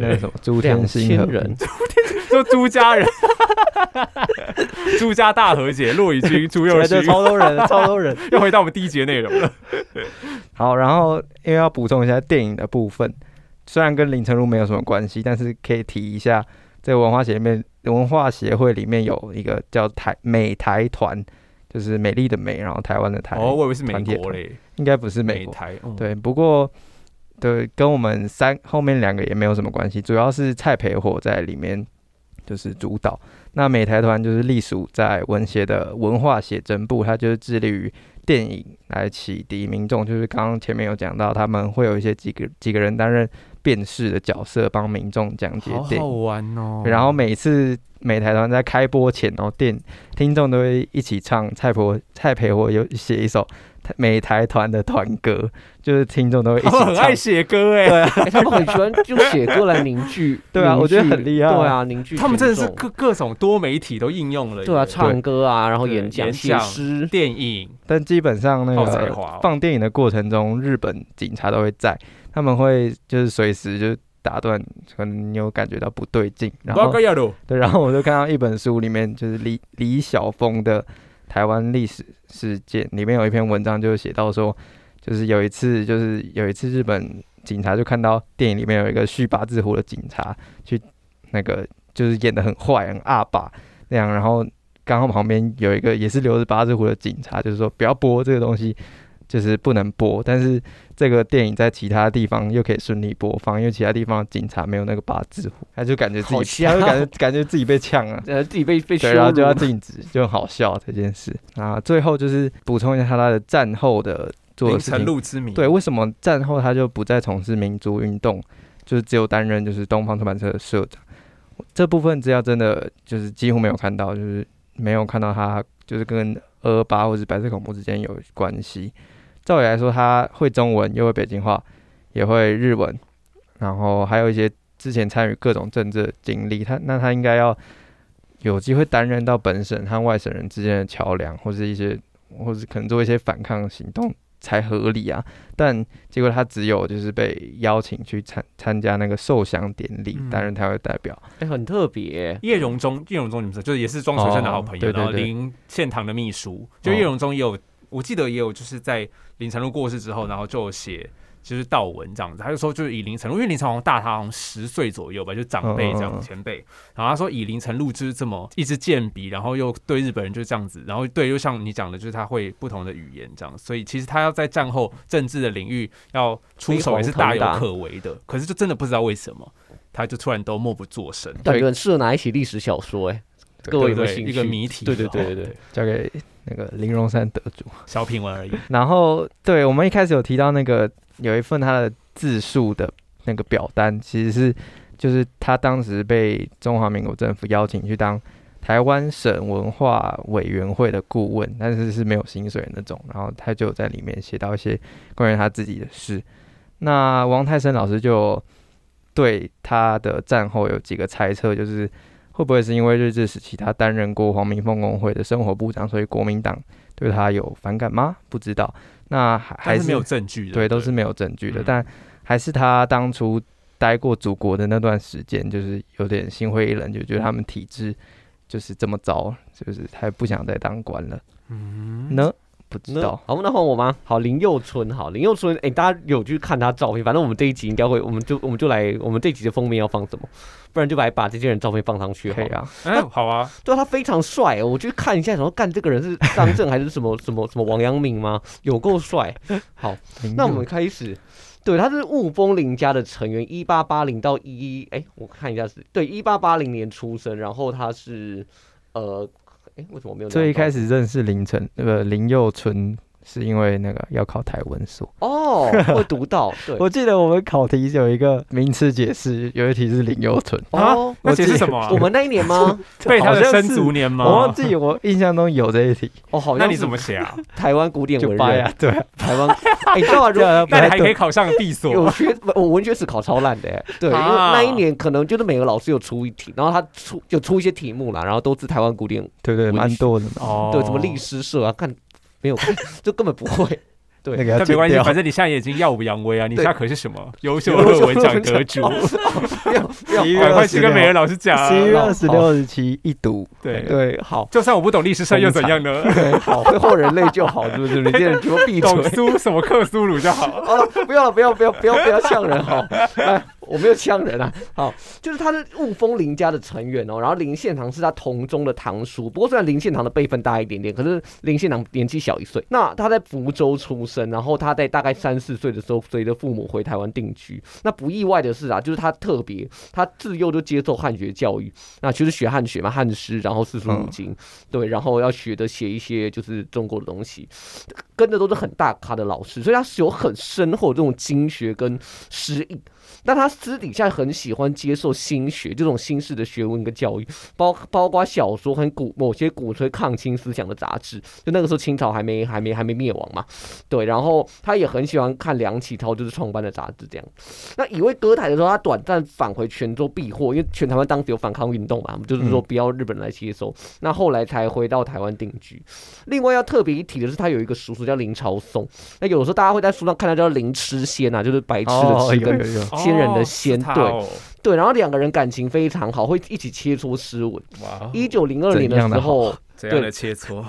Speaker 1: 那个什么朱天心和
Speaker 3: 2000人，
Speaker 2: 就朱家人，朱家大和解，骆以军、朱佑勋，
Speaker 1: 超多人，超多人。
Speaker 2: 又回到我们第一节内容了。
Speaker 1: 好，然后因为要补充一下电影的部分，虽然跟林成儒没有什么关系，但是可以提一下，这个文化协会里面有一个叫美台团，就是美丽的美，然后台湾的台。
Speaker 2: 哦，我以为是美国嘞，
Speaker 1: 应该不是美国。
Speaker 2: 台。
Speaker 1: 对，不过对，跟我们后面2个也没有什么关系，主要是蔡培火在里面就是主导。那美台团就是隶属在文协的文化写真部，它就是致力于电影来启迪民众，就是刚刚前面有讲到，他们会有一些几个人担任辨识的角色，帮民众讲解电影，
Speaker 2: 好好玩哦。
Speaker 1: 然后每次美台团在开播前哦，听众都会一起唱蔡培火有写一首美台团的团歌，就是听众都会一起唱。
Speaker 2: 他们很爱写歌哎，
Speaker 1: 对啊，
Speaker 3: 他们很喜欢用写歌来凝聚，
Speaker 1: 对啊，我觉得很厉害。
Speaker 3: 对啊，凝聚。
Speaker 2: 他们真的是各种多媒体都应用了。
Speaker 3: 对啊，唱歌啊，然后演讲、写诗、
Speaker 2: 电影。
Speaker 1: 但基本上那个放电影的过程中，日本警察都会在，他们会就是随时就打断，可能你有感觉到不对劲，然后对，然后我就看到一本书里面就是李晓峰的台湾历史事件里面有一篇文章，就写到说，就是有一次日本警察就看到电影里面有一个续八字胡的警察去那个就是演得很坏很阿爸那样，然后刚好旁边有一个也是留着八字胡的警察，就是说不要播这个东西，就是不能播，但是这个电影在其他地方又可以顺利播放，因为其他地方警察没有那个八字胡，他就感觉自己，感觉自己被呛了，
Speaker 3: 自己被羞辱，
Speaker 1: 对，然后就要禁止，就很好笑这件事啊。最后就是补充一下他的战后的做的事情，
Speaker 2: 林成儒之谜，
Speaker 1: 对，为什么战后他就不再从事民族运动，就是只有担任就是东方出版社的社长？这部分资料真的就是几乎没有看到，就是没有看到他就是跟228或是白色恐怖之间有关系。照理来说，他会中文，又会北京话，也会日文，然后还有一些之前参与各种政治的经历，他应该要有机会担任到本省和外省人之间的桥梁，或是可能做一些反抗行动才合理啊。但结果他只有就是被邀请去参加那个受降典礼，担任台湾代表，
Speaker 3: 很特别。
Speaker 2: 叶荣中你们说就是也是庄学生的好朋友，然后林献堂的秘书，就叶荣中也有。我记得也有，就是在林成儒过世之后，然后就写就是悼文这样子。他就说，就是以林成儒，因为林成儒大他好像10岁左右吧，就长辈这样前辈。然后他说，以林成儒就是这么一支健笔，然后又对日本人就这样子，然后对，又像你讲的，就是他会不同的语言这样，所以其实他要在战后政治的领域要出手也是大有可为的。可是就真的不知道为什么，他就突然都默不作声。
Speaker 3: 感觉很适合拿一起历史小说各位有没有兴趣？
Speaker 2: 一个谜题，
Speaker 3: 对，
Speaker 1: 交给那个林荣山得主
Speaker 2: 小品文而已。
Speaker 1: 然后，对我们一开始有提到那个有一份他的自述的那个表单，其实是就是他当时被中华民国政府邀请去当台湾省文化委员会的顾问，但是是没有薪水的那种。然后他就在里面写到一些关于他自己的事。那王泰生老师就对他的战后有几个猜测，就是会不会是因为日治时期他担任过黄明凤工会的生活部长，所以国民党对他有反感吗？不知道。那还是
Speaker 2: 没有证据的，
Speaker 1: 对，都是没有证据的。但还是他当初待过祖国的那段时间，就是有点心灰意冷，就觉得他们体制就是这么糟，就是他不想再当官了。呢？不知道。
Speaker 3: 好，那换我吗？好，林佑春，大家有去看他照片，反正我们这一集应该会，我们就来，我们这一集的封面要放什么？不然就把这些人照片放上去。
Speaker 1: 可以啊，
Speaker 2: 好啊。
Speaker 3: 对啊，他非常帅，我去看一下，然后干这个人是张震还是什么王阳明吗？有够帅。好，那我们开始。对，他是雾峰林家的成员，1880到我看一下对，1880年出生，然后他是为什么没有？
Speaker 1: 最一开始认识林佑春，是因为那个要考台文所
Speaker 3: 会读到。对，
Speaker 1: 我记得我们考题有一个名词解释，有一题是林佑春
Speaker 2: 那解释什么？
Speaker 3: 我们那一年吗？
Speaker 2: 背他的生卒年吗？
Speaker 1: 我忘记，我印象中有这一题。
Speaker 3: 好像
Speaker 2: 那你怎么写啊？
Speaker 3: 台湾古典文人
Speaker 1: 啊，对，
Speaker 3: 台湾。你知道吗？
Speaker 2: 那你还可以考上闭锁。
Speaker 3: 我文学史考超烂的对，因为那一年可能就是每个老师有出一题，然后他出一些题目啦，然后都是台湾古典，
Speaker 1: 对，蛮多的
Speaker 3: 对，什么历史社啊，看没有，就根本不会。 对，
Speaker 1: 那个要
Speaker 2: 但没关系，
Speaker 1: 剪掉
Speaker 2: 反正你现在也已经耀武扬威啊！你
Speaker 3: 对
Speaker 2: 现在可是什么优秀论文奖得主，
Speaker 3: 不要
Speaker 2: 赶快去跟美人老师讲啊。
Speaker 1: 11月26日期一读，
Speaker 2: 对，
Speaker 3: 对，好，
Speaker 2: 就算我不懂历史社又怎样呢？
Speaker 3: 对，好，会后人类就好，是不是？你这人全部闭
Speaker 2: 懂
Speaker 3: 嘴。
Speaker 2: 苏什么克苏鲁就好。
Speaker 3: 好了，不要了，不要呛人好，哎，我没有呛人啊。好，就是他是雾峰林家的成员哦，然后林献堂是他同宗的堂叔，不过虽然林献堂的辈分大一点点，可是林献堂年纪小1岁。那他在福州出生，然后他在大概3、4岁的时候，随着父母回台湾定居。那不意外的是啊，就是他特别，他自幼就接受汉学教育，那就是学汉学嘛，汉诗，然后四书五经，对，然后要学的写一些就是中国的东西，跟的都是很大咖的老师，所以他是有很深厚的这种经学跟诗意。但他私底下很喜欢接受新学这种新式的学问跟教育，包括小说和某些鼓吹抗清思想的杂志。就那个时候清朝还没灭亡嘛，对。然后他也很喜欢看梁启超就是创办的杂志这样。那以为割台的时候，他短暂返回泉州避祸，因为全台湾当时有反抗运动嘛，就是说不要日本人来接收。那后来才回到台湾定居。另外要特别一提的是，他有一个叔叔叫林朝颂。那有的时候大家会在书上看到叫林吃仙啊，就是白痴的吃跟仙人的仙，对，然后2个人感情非常好，会一起切磋诗文。1902年的时候，
Speaker 2: 怎样的切磋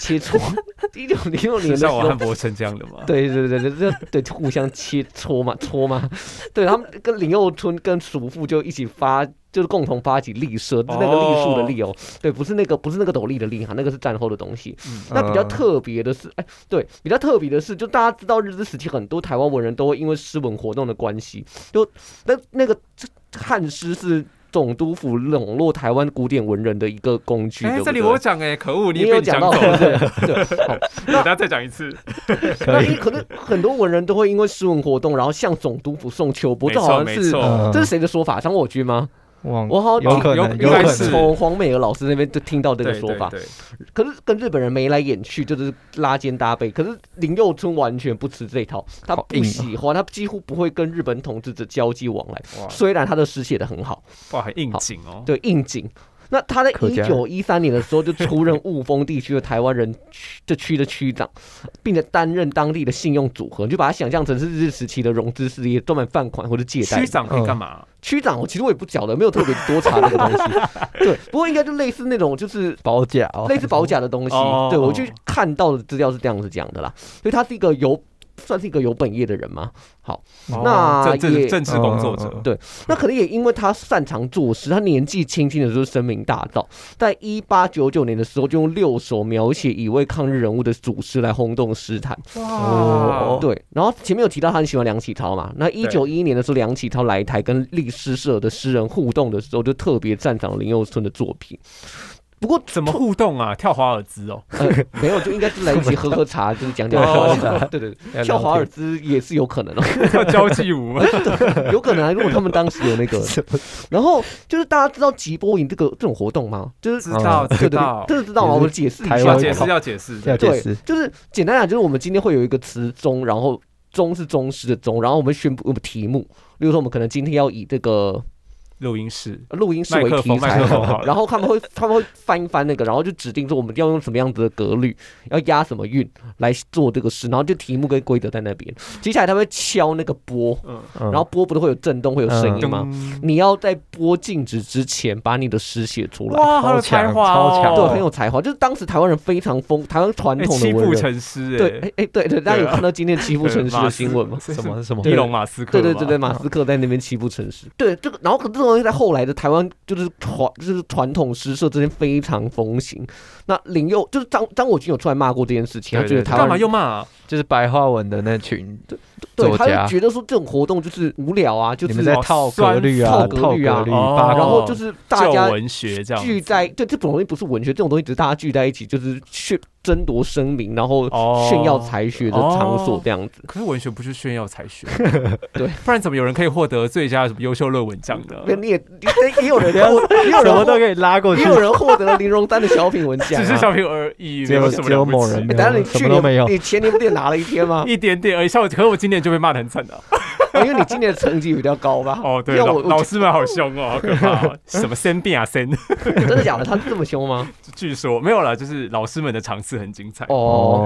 Speaker 3: ？1906年的时候，
Speaker 2: 像我和博成这样的吗？
Speaker 3: 对，互相切磋嘛，搓嘛。对，他们跟林佑春跟叔父就一起就是共同发起立社，就是那个立树的立哦，对，不是那个斗笠的笠哈，那个是战后的东西。那比较特别的是，对，比较特别的是，就大家知道日治时期很多台湾文人都会因为诗文活动的关系，就那个汉诗是总督府笼络台湾古典文人的一个工具。
Speaker 2: 这里我讲可恶，
Speaker 3: 你有讲到，对，好，
Speaker 2: 大家再讲一次。
Speaker 3: 那可能很多文人都会因为诗文活动，然后向总督府送秋波，这好像是这是谁的说法？张我军吗？我好像有可能从黄美娥老师那边就听到这个说法，可是跟日本人眉来眼去，就是拉肩搭背。可是林佑春完全不吃这一套，他不喜欢，他几乎不会跟日本统治者交际往来。虽然他的诗写得很好，
Speaker 2: 哇，很应景哦，
Speaker 3: 对，应景。那他在1913年的时候就出任雾峰地区的台湾人区的区长，并且担任当地的信用组合，你就把它想象成是日治时期的融资事业，专门放款或者借贷。
Speaker 2: 区长可以干嘛？
Speaker 3: 区长其实我也不晓得，没有特别多查这个东西。对，不过应该就类似那种就是
Speaker 1: 保甲，
Speaker 3: 类似保甲的东西。对，我去看到的资料是这样子讲的啦，所以他是一个算是一个有本业的人嘛。好，那也
Speaker 2: 政治工作者。
Speaker 3: 对，那可能也因为他擅长作诗，他年纪轻轻的时候声名大噪，在1899年的时候就用6首描写乙未抗日人物的组诗来轰动诗坛。哇，对。然后前面有提到他很喜欢梁启超嘛，那1911年的时候，梁启超来台跟立诗社的诗人互动的时候，就特别赞赏林佑春的作品。不过
Speaker 2: 怎么互动啊？跳华尔兹哦？
Speaker 3: 没有，就应该是来一起喝茶，就是讲华尔兹。对，跳华尔兹也是有可能哦。
Speaker 2: 跳交际舞吗？
Speaker 3: 有可能啊，如果他们当时有那个。然后就是大家知道集播营这种活动吗？就是
Speaker 2: 知道，
Speaker 3: 这个知道吗？我解释一下。
Speaker 2: 要解释。
Speaker 3: 对，就是简单讲，就是我们今天会有一个词宗，然后宗是宗师的宗，然后我们宣布我们题目，例如说我们可能今天要以这个。
Speaker 2: 录音室
Speaker 3: 为题材，然后他们会翻一翻那个，然后就指定说我们要用什么样子的格律，要押什么韵来做这个诗，然后就题目跟规则在那边。接下来他会敲那个波，然后波不是会有震动，会有声音吗？你要在波静止之前把你的诗写出来。
Speaker 2: 哇，好有才华，
Speaker 1: 超强，
Speaker 3: 对，很有才华。就是当时台湾人非常台湾传统的文人，
Speaker 2: 七步成诗，
Speaker 3: 对，大家有看到今天七步成诗的新闻吗？
Speaker 1: 什么？
Speaker 2: 伊隆马斯克，
Speaker 3: 对，马斯克在那边七步成诗。对，这个，然后这种东西在后来的台湾就是传统诗社之间非常风行。那林佑就是张我军有出来骂过这件事情，他觉得台湾
Speaker 2: 干嘛又骂啊？
Speaker 1: 就是白话文的那群
Speaker 3: 对，他就觉得说这种活动就是无聊啊，就是
Speaker 1: 你们在套格律啊，
Speaker 3: 然后就是大家
Speaker 2: 文学这样
Speaker 3: 聚在，对，这种东西不是文学，这种东西只是大家聚在一起，就是争夺声名，然后炫耀才学的场所这样子。
Speaker 2: 可是文学不是炫耀才学，
Speaker 3: 对，
Speaker 2: 不然怎么有人可以获得最佳什么优秀论文奖呢？
Speaker 3: 也有人什
Speaker 1: 么都可以拉过去，
Speaker 3: 也有人获得了林荣三的小品文奖，
Speaker 2: 只是小品而已，
Speaker 1: 只有某人。
Speaker 3: 当然你去年你前年不是也拿了一篇吗？
Speaker 2: 一点点而已，可是我今年就被骂得很惨的。
Speaker 3: 因为你今年的成绩比较高吧？
Speaker 2: 哦，对，老师们好凶哦，好可怕哦！什么生病啊生？
Speaker 3: 真的假的？他是这么凶吗？
Speaker 2: 据说没有啦，就是老师们的场次很精彩
Speaker 3: 哦。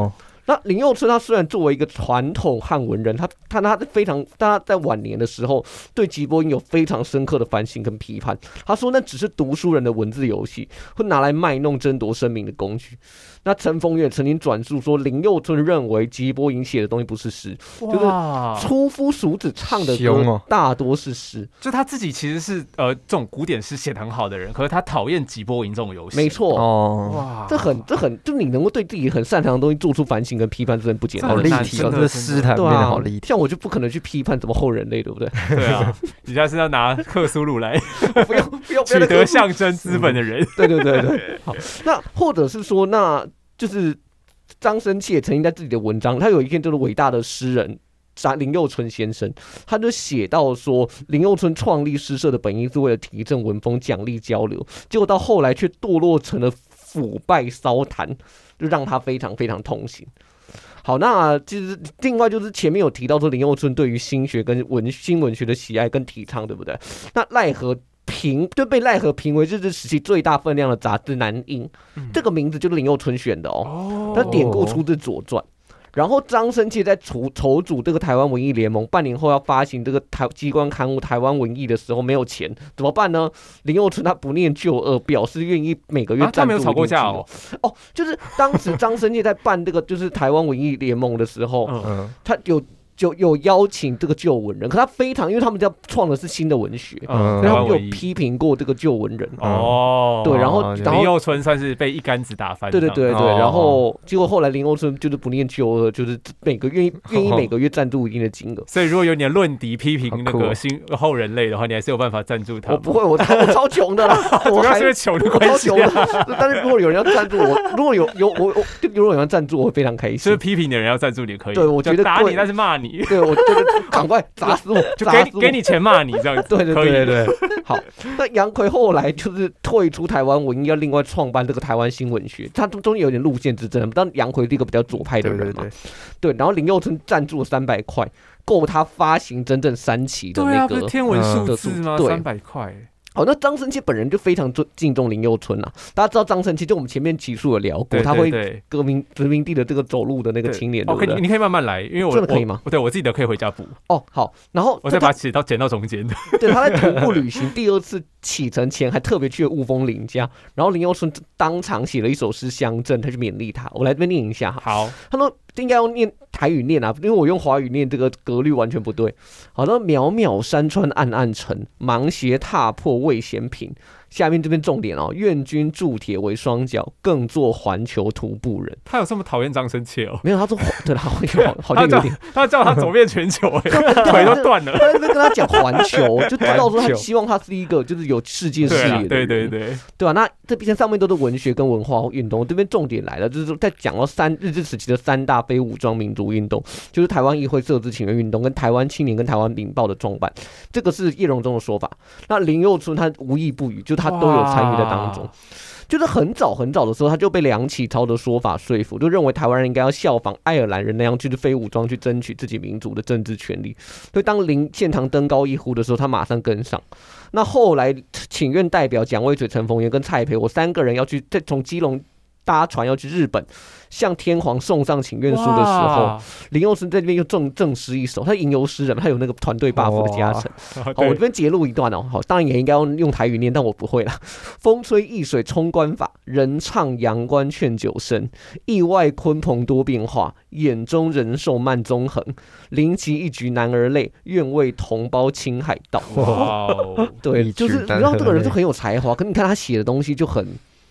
Speaker 3: 那林右春他虽然作为一个传统汉文人，他在晚年的时候对吉波英有非常深刻的反省跟批判。他说那只是读书人的文字游戏，会拿来卖弄争夺声名的工具。那陈逢源曾经转述说，林右春认为吉波英写的东西不是诗，就是粗夫俗子唱的歌大多是诗。
Speaker 2: 就他自己其实是这种古典诗写得很好的人，可是他讨厌吉波英这种游戏。
Speaker 3: 没错，
Speaker 1: 哦，
Speaker 3: 这很，就你能够对自己很擅长的东西做出反省跟批判，真的不简单。
Speaker 1: 好立体哦，这个诗坛变得好立体。
Speaker 3: 像我就不可能去批判怎么后人类，对不对？
Speaker 2: 对啊，你现在是要拿克苏鲁来
Speaker 3: 不要
Speaker 2: 取得象征资本的人。
Speaker 3: 对。好，那或者是说，那就是张生气也曾经在自己的文章，他有一篇就是伟大的诗人林右春先生，他就写到说，林右春创立诗社的本意是为了提振文风、奖励交流，结果到后来却堕落成了腐败骚谈，就让他非常非常痛心。好，那其实另外就是前面有提到说林右春对于新学跟新文学的喜爱跟提倡，对不对？那赖和就被赖和评为日治时期最大分量的杂志《南英》，这个名字就是林右春选的哦。他典故出自《左传》。然后张生气在筹组这个台湾文艺联盟，半年后要发行这个机关刊物《台湾文艺》的时候没有钱，怎么办呢？林右春他不念旧恶，表示愿意每个月赞助。
Speaker 2: 他没有吵过架哦。
Speaker 3: 就是当时张生气在办这个就是台湾文艺联盟的时候，他有邀请这个旧文人，可他非常，因为他们要创的是新的文学，所以他们有批评过这个旧文人。对，然后
Speaker 2: 林右春算是被一竿子打翻。
Speaker 3: 对，然后结果后来林右春就是不念旧恶，就是愿意每个月赞助一定的金额。
Speaker 2: 所以如果有你的论敌批评那个后人类的话，你还是有办法赞助他。
Speaker 3: 我不会，我超穷的啦，
Speaker 2: 主要是因为穷的关系。
Speaker 3: 但是如果有人要赞助我，如果有人赞助我，会非常开心。
Speaker 2: 就是批评的人要赞助你可以。
Speaker 3: 对，我觉得
Speaker 2: 打你，但是骂你。
Speaker 3: 对，我觉得赶快砸死我，
Speaker 2: 就给你钱骂你这样子。
Speaker 3: 对。好，那杨逵后来就是退出台湾文艺，要另外创办这个台湾新文学，他中间有点路线之争。但杨逵是一个比较左派的人嘛，对。然后林右春赞助了300块，够他发行整整3期的那个。
Speaker 2: 对啊，不是天文数字吗？300块。
Speaker 3: 好，那张生气本人就非常敬重林右春啊。大家知道张生气，就我们前面集数有聊过，他会殖民地的这个走路的那个青年，对不对？
Speaker 2: 你可以慢慢来，因为我
Speaker 3: 真的可以吗？
Speaker 2: 对，我自己的可以回家补。
Speaker 3: 好，然后
Speaker 2: 我再把它剪到中间。
Speaker 3: 对，他在徒步旅行第2次启程前，还特别去了雾峰林家，然后林右春当场写了一首诗相赠，他去勉励他。我来这边念一下。
Speaker 2: 好，
Speaker 3: 他说应该要念台语念啊，因为我用华语念这个格律完全不对。好，那渺渺山川暗暗沉，芒鞋踏破未嫌平。下面这边重点哦，愿君铸铁为双脚，更作环球徒步人。
Speaker 2: 他有这么讨厌张生气哦？
Speaker 3: 没有，他说对啦，好像有点。
Speaker 2: 他叫他走遍全球，腿都断了。
Speaker 3: 他在跟他讲环球，就知道说他希望他是一个就是有世界视野的人。对吧？那这边上面都是文学跟文化运动，这边重点来了，就是在讲到日治时期的3大非武装民族运动，就是台湾议会社自请愿运动、跟台湾青年跟台湾领报的创办，这个是叶荣钟的说法。那林右春他无意不语，就他都有参与在当中。就是很早的时候，他就被梁启超的说法说服，就认为台湾人应该要效仿爱尔兰人那样，就是非武装去争取自己民族的政治权利。所以当林献堂登高一呼的时候，他马上跟上。那后来请愿代表蒋渭水、陈逢源跟蔡培火3个人要去从基隆搭船要去日本，向天皇送上请愿书的时候，林右春在这边又正诗一首，他吟游诗人，他有那个团队 buff 的加成。好，我这边截录一段哦。好，当然也应该要用台语念，但我不会啦。风吹易水冲冠法，人唱阳关劝酒声。意外鲲鹏多变化，眼中人寿慢纵横。临其一局男儿泪，愿为同胞亲海道。对，就是你知道这个人就很有才华，可是你看他写的东西就很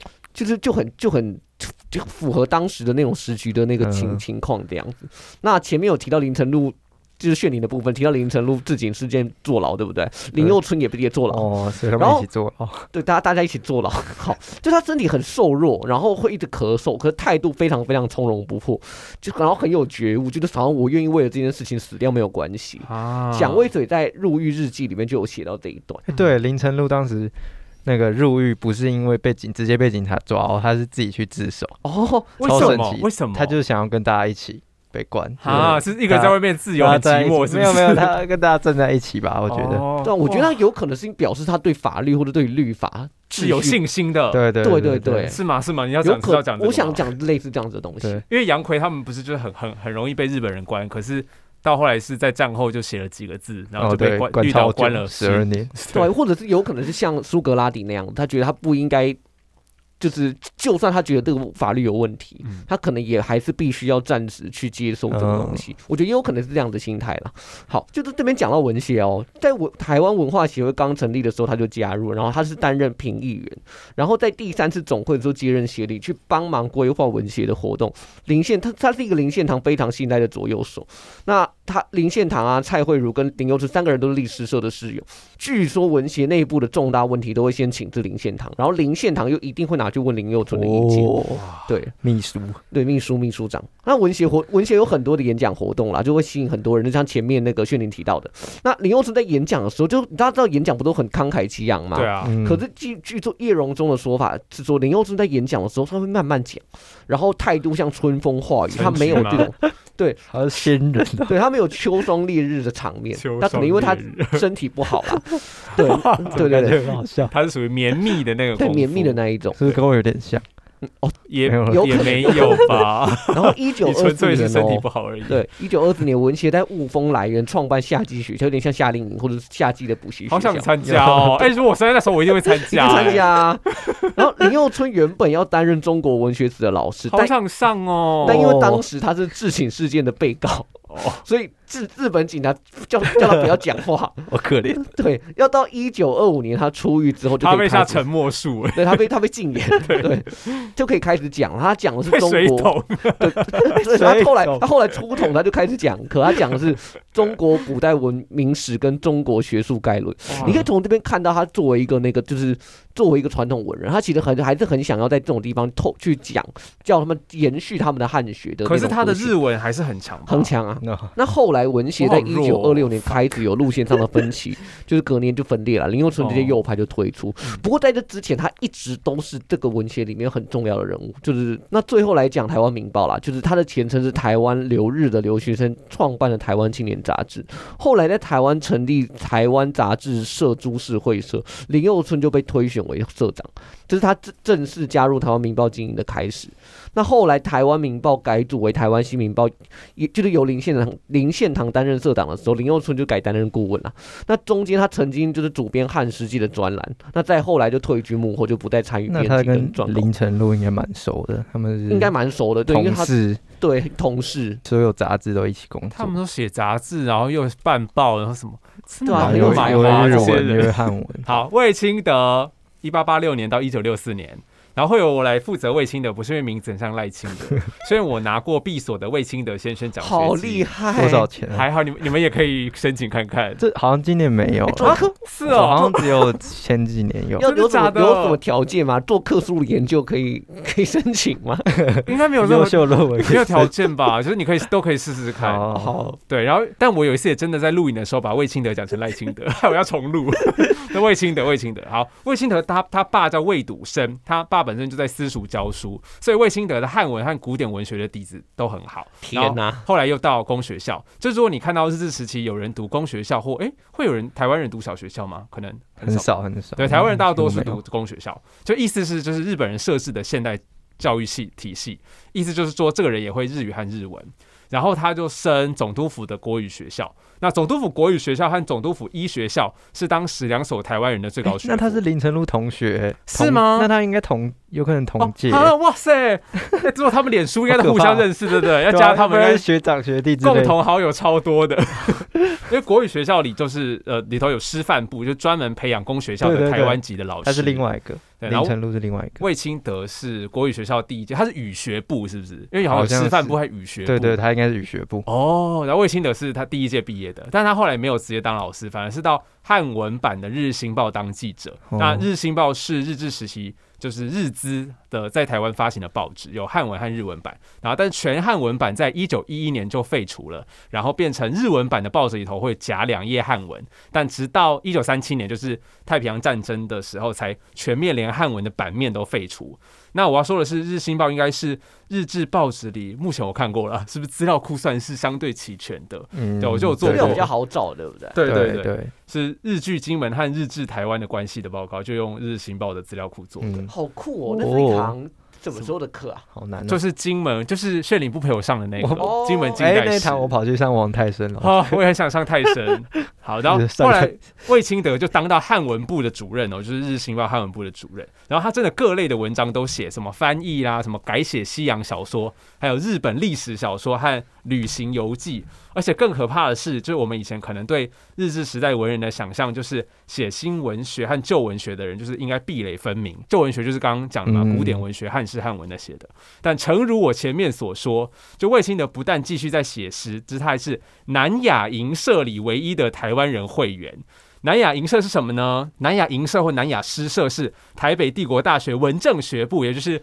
Speaker 3: 符合当时的那种时局的那个情况这样子。那前面有提到林呈禄，就是炫灵的部分，提到林呈禄自警事件坐牢，对不对？林右春也坐牢
Speaker 1: 所以他们一起坐牢。
Speaker 3: 对，大家一起坐牢。好，就他身体很瘦弱，然后会一直咳嗽，可是态度非常非常从容不迫，然后很有觉悟，就是好像我愿意为了这件事情死掉没有关系。蒋渭水在入狱日记里面就有写到这一段。
Speaker 1: 对，林呈禄当时那个入狱不是因为直接被警察抓，他是自己去自首。
Speaker 3: 哦，
Speaker 1: 超神奇！
Speaker 2: 为什么？
Speaker 1: 他就是想要跟大家一起被关
Speaker 2: 啊，是一个人在外面自由很寂寞，是不是？
Speaker 1: 没有没有，他跟大家站在一起吧，我觉得。
Speaker 3: 对，我觉得他有可能是表示他对法律或者对律法
Speaker 2: 是有信心的。
Speaker 3: 对，
Speaker 2: 是吗？你要讲，
Speaker 3: 我想讲类似这样子的东西。
Speaker 2: 因为杨奎他们不是就是很容易被日本人关，可是到后来是在战后就写了几个字，然后就被绿岛关了
Speaker 1: 12年。
Speaker 3: 对，或者是有可能是像苏格拉底那样，他觉得他不应该。就算他觉得这个法律有问题，他可能也还是必须要暂时去接受这个东西。我觉得也有可能是这样的心态啦。好，就是这边讲到文协哦，在台湾文化协会刚成立的时候他就加入，然后他是担任评议员，然后在第3次总会的时候接任协理，去帮忙规划文协的活动。他是一个林献堂非常信赖的左右手。那林献堂啊、蔡慧如跟林佑春3个人都是历史社的室友。据说文协内部的重大问题都会先请至林献堂，然后林献堂又一定会拿去问林佑春的意见。对，
Speaker 1: 秘书长。那文协有很多的演讲活动啦，就会吸引很多人，就像前面那个炫灵提到的。那林佑春在演讲的时候，就大家知道演讲不都很慷慨激昂吗？
Speaker 2: 对啊。
Speaker 3: 可是据说叶荣中的说法是说，林佑春在演讲的时候他会慢慢讲，然后态度像春风化雨，他没有这种。对，
Speaker 1: 他是仙人的，
Speaker 3: 对他没有秋霜烈日的场面，他可能因为他身体不好啦。对，
Speaker 1: 很好笑。
Speaker 2: 他是属于绵密的那个，
Speaker 3: 对，绵密的那一种，
Speaker 1: 是不是跟我有点像？
Speaker 2: 也没有吧。
Speaker 3: 然后1924年
Speaker 2: 身体不好而已。
Speaker 3: 对，1924年文协在雾峰来源创办夏季学校，有点像夏令营或者是夏季的补习学校。
Speaker 2: 好想参加哦！如果我生日那时候，我一定会参加。
Speaker 3: 一定参加啊！然后林佑春原本要担任中国文学史的老师，
Speaker 2: 好想上哦。
Speaker 3: 但因为当时他是智请事件的被告，所以日本警察叫他不要讲话，
Speaker 1: 好可怜。
Speaker 3: 对，要到1925年他出狱之后就可以，
Speaker 2: 他被下沉默术，
Speaker 3: 对，他被禁言，对，就可以开始讲。他讲的是中国，对，他后来出统，他就开始讲课，他讲的是中国古代文明史跟中国学术概论。你可以从这边看到，他作为一个就是作为一个传统文人，他其实还是很想要在这种地方去讲，叫他们延续他们的汉学的。
Speaker 2: 可是他的日文还是很强，
Speaker 3: 很强啊。那后来文协在1926年开始有路线上的分歧，就是隔年就分裂了，林佑春这些右派就退出。不过在这之前，他一直都是这个文协里面很重要的人物。就是那最后来讲，台湾民报啦，就是他的前身是台湾留日的留学生创办的台湾青年杂志，后来在台湾成立台湾杂志社株式会社，林佑春就被推选为社长，这是他正式加入台湾民报经营的开始。那后来台湾民报改组为台湾新民报，也就是由林献堂担任社长的时候，林佑春就改担任顾问了。那中间他曾经就是主编汉诗纪的专栏，那再后来就退居幕后，就不再参与编辑跟撰稿。
Speaker 1: 林承禄应该蛮熟的，他们是
Speaker 3: 应该蛮熟的，对，因为他对同事，
Speaker 1: 所有杂志都一起工作，
Speaker 2: 他们都写杂志，然后又办报，然后什么，
Speaker 3: 对啊，
Speaker 1: 有日文，有汉文。
Speaker 2: 好，魏清德1886年到1964年。然后会由我来负责魏清德，不是因为名字很像赖清德，所以我拿过毕所的魏清德先生奖学金，
Speaker 3: 好厉害！
Speaker 1: 多少钱？
Speaker 2: 还好，你们也可以申请看看。
Speaker 1: 这好像今年没有，
Speaker 2: 是哦，
Speaker 1: 好像只有前几年有。
Speaker 3: 有什么条件吗？做客诉研究可以申请吗？
Speaker 2: 应该没有
Speaker 1: 优秀论文，
Speaker 2: 没有条件吧？就是你都可以试试看。
Speaker 3: 好，
Speaker 2: 对，然后但我有一次也真的在录影的时候把魏清德讲成赖清德，我要重录。那魏清德，好，魏清德他爸叫魏笃生，他爸本身就在私塾教书，所以魏清德的汉文和古典文学的底子都很好。
Speaker 3: 天哪！
Speaker 2: 后来又到公学校，就如果你看到日治时期有人读公学校，或会有台湾人读小学校吗？可能很少。对，台湾人大多数读公学校，就意思是就是日本人设置的现代教育体系，意思就是说这个人也会日语和日文。然后他就升总督府的国语学校，那总督府国语学校和总督府医学校是当时2所台湾人的最高学府。
Speaker 1: 那他是林承禄同学
Speaker 2: 是吗？
Speaker 1: 那他应该有可能同届。
Speaker 2: 哇塞！如果他们脸书应该都互相认识，对不对？要加他们
Speaker 1: 学长学弟之类，
Speaker 2: 共同好友超多的。因为国语学校里就是里头有师范部，就专门培养公学校的台湾籍的老师。
Speaker 1: 他是另外一个。林承禄是另外一个。
Speaker 2: 魏清德是国语学校第一届，他是语学部，是不是？因为好像有师范部还语学部。
Speaker 1: 对，他应该是语学部。
Speaker 2: 哦，然后魏清德是他第一届毕业的，但他后来没有直接当老师，反而是到汉文版的《日日新报》当记者。那《日日新报》是日治时期就是日资的在台湾发行的报纸，有汉文和日文版。然后，但全汉文版在1911年就废除了，然后变成日文版的报纸里头会夹2页汉文。但直到1937年，就是太平洋战争的时候，才全面连汉文的版面都废除。 那我要说的是，日新报应该是日治报纸里目前我看过了，是不是资料库算是相对齐全的？对，我就有做过，
Speaker 3: 资料比较好找，对不对？
Speaker 2: 对，是日据金门和日治台湾的关系的报告，就用日新报的资料库做的。
Speaker 3: 好酷哦！那是一堂怎么说的课啊？
Speaker 1: 好难，
Speaker 2: 就是金门，就是炫灵不陪我上的那个金门近代史。
Speaker 1: 那堂我跑去上王泰生了。
Speaker 2: 我也很想上泰生。好，然后后来魏清德就当到汉文部的主任就是日新报汉文部的主任。然后他真的各类的文章都写，什么翻译啦，什么改写西洋小说，还有日本历史小说和旅行游记。而且更可怕的是，就是我们以前可能对日治时代文人的想象，就是写新文学和旧文学的人，就是应该壁垒分明。旧文学就是刚刚讲的嘛，古典文学、汉诗汉文那些的。但诚如我前面所说，就魏清德不但继续在写诗，只是他还是南亚营社里唯一的台湾人会员。南亚营社是什么呢？南亚营社或南亚诗社是台北帝国大学文政学部，也就是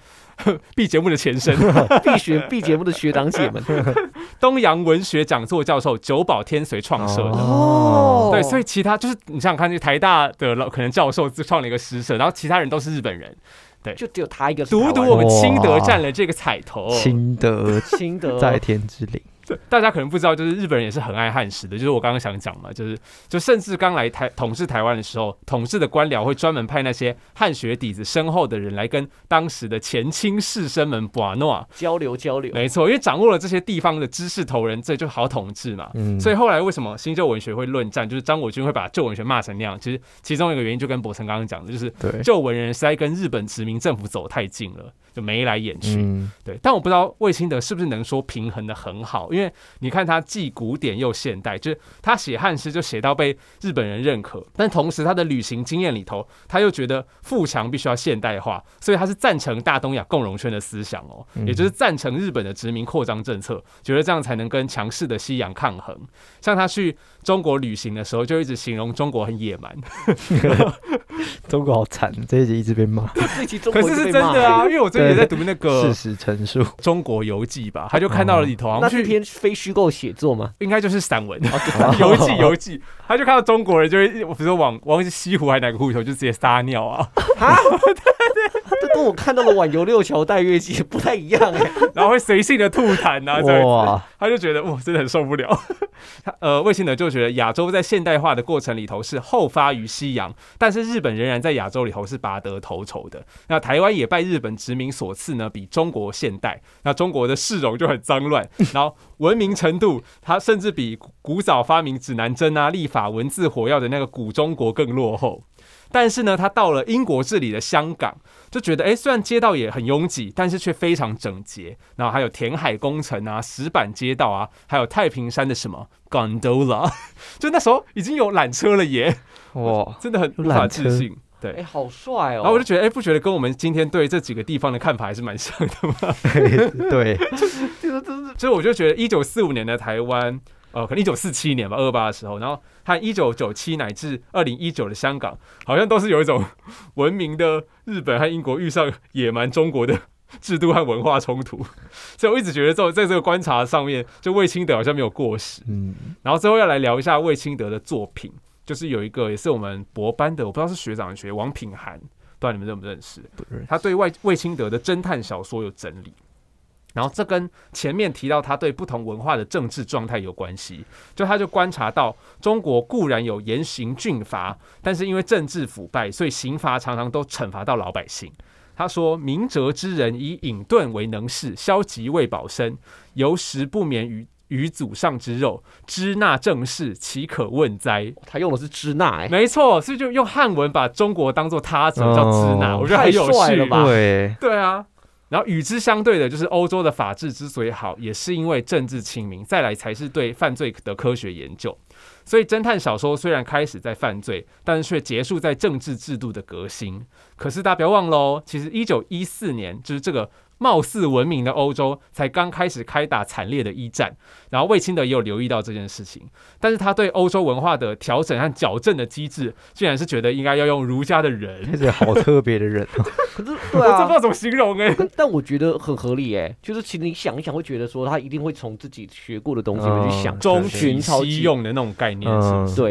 Speaker 2: B 节目的前身
Speaker 3: ，B 节目的学长姐们，
Speaker 2: 东洋文学讲座教授久保天随创设的。对，所以其他就是你想想看，这台大的可能教授自创了一个诗社，然后其他人都是日本人。对，
Speaker 3: 就只有他一个。
Speaker 2: 独我们清德占了这个彩头。
Speaker 1: 清德在天之灵。
Speaker 2: 大家可能不知道，就是日本人也是很爱汉史的，就是我刚刚想讲嘛，就甚至刚来统治台湾的时候，统治的官僚会专门派那些汉学底子深厚的人来跟当时的前清士绅们把诺
Speaker 3: 交流。
Speaker 2: 没错，因为掌握了这些地方的知识头人，这就好统治嘛。所以后来为什么新旧文学会论战，就是张我军会把旧文学骂成那样，其实其中一个原因就跟伯承刚刚讲的，就是旧文人实在跟日本殖民政府走太近了，就眉来眼去。对，但我不知道魏清德是不是能说平衡的很好，因为你看他既古典又现代，就是他写汉诗就写到被日本人认可，但同时他的旅行经验里头，他又觉得富强必须要现代化，所以他是赞成大东亚共荣圈的思想哦，也就是赞成日本的殖民扩张政策，觉得这样才能跟强势的西洋抗衡。像他去中国旅行的时候，就一直形容中国很野蛮。
Speaker 1: 中国好惨，这一集一直被骂。
Speaker 2: 可是是真的啊，因为我最近也在读那个
Speaker 1: 事实陈述《
Speaker 2: 中国游记》吧，他就看到了里头，
Speaker 3: 那是篇非虚构写作吗？
Speaker 2: 应该就是散文，游记。他就看到中国人就会，比如说往西湖还哪个湖头就直接撒尿啊。
Speaker 3: 这跟我看到的《晚游六桥待月记》不太一样哎。
Speaker 2: 然后会随性的吐痰啊，这样子，他就觉得哇，真的很受不了。魏清德就觉得亚洲在现代化的过程里头是后发于西洋，但是日本仍然在亚洲里头是拔得头筹的。那台湾也拜日本殖民所赐呢，比中国现代。那中国的市容就很脏乱，然后文明程度，它甚至比古早发明指南针啊、立法文字火药的那个古中国更落后。但是呢，他到了英国治理的香港，就觉得虽然街道也很拥挤，但是却非常整洁。然后还有填海工程啊、石板街道啊，还有太平山的什么 gondola， 就那时候已经有缆车了耶！哇，真的很无法置信。对，
Speaker 3: 好帅哦！
Speaker 2: 然后我就觉得，不觉得跟我们今天对这几个地方的看法还是蛮像的吗？
Speaker 1: 对，
Speaker 2: 所以我就觉得1945年的台湾。可能1947年吧，28的时候，然后和1997乃至2019的香港，好像都是有一种文明的日本和英国遇上野蛮中国的制度和文化冲突，所以我一直觉得在这个观察上面，就魏清德好像没有过时。然后最后要来聊一下魏清德的作品，就是有一个也是我们博班的，我不知道是学长学王品涵，不知道你们认不认识？他对魏清德的侦探小说有整理。然后这跟前面提到他对不同文化的政治状态有关系，他就观察到中国固然有严刑峻法，但是因为政治腐败，所以刑罚常常都惩罚到老百姓。他说：“明哲之人以隐遁为能事，消极为保身，由食不免于祖上之肉，支那正事，岂可问哉？”他
Speaker 3: 用的是支那，
Speaker 2: 没错，所以就用汉文把中国当作他者，叫支那，我觉得很有趣
Speaker 3: 了吧？
Speaker 2: 对啊。然后与之相对的，就是欧洲的法治之所以好，也是因为政治清明，再来才是对犯罪的科学研究。所以侦探小说虽然开始在犯罪，但是却结束在政治制度的革新。可是大家不要忘了其实1914年就是这个貌似文明的欧洲才刚开始开打惨烈的一战，然后魏清德也有留意到这件事情，但是他对欧洲文化的调整和矫正的机制，竟然是觉得应该要用儒家的人，
Speaker 1: 这是好特别的人
Speaker 3: 可是对啊，
Speaker 2: 我真不知道怎么形容
Speaker 3: 但我觉得很合理就是其实你想一想，会觉得说他一定会从自己学过的东西去想
Speaker 2: 中取西用的那种概念，
Speaker 3: 对。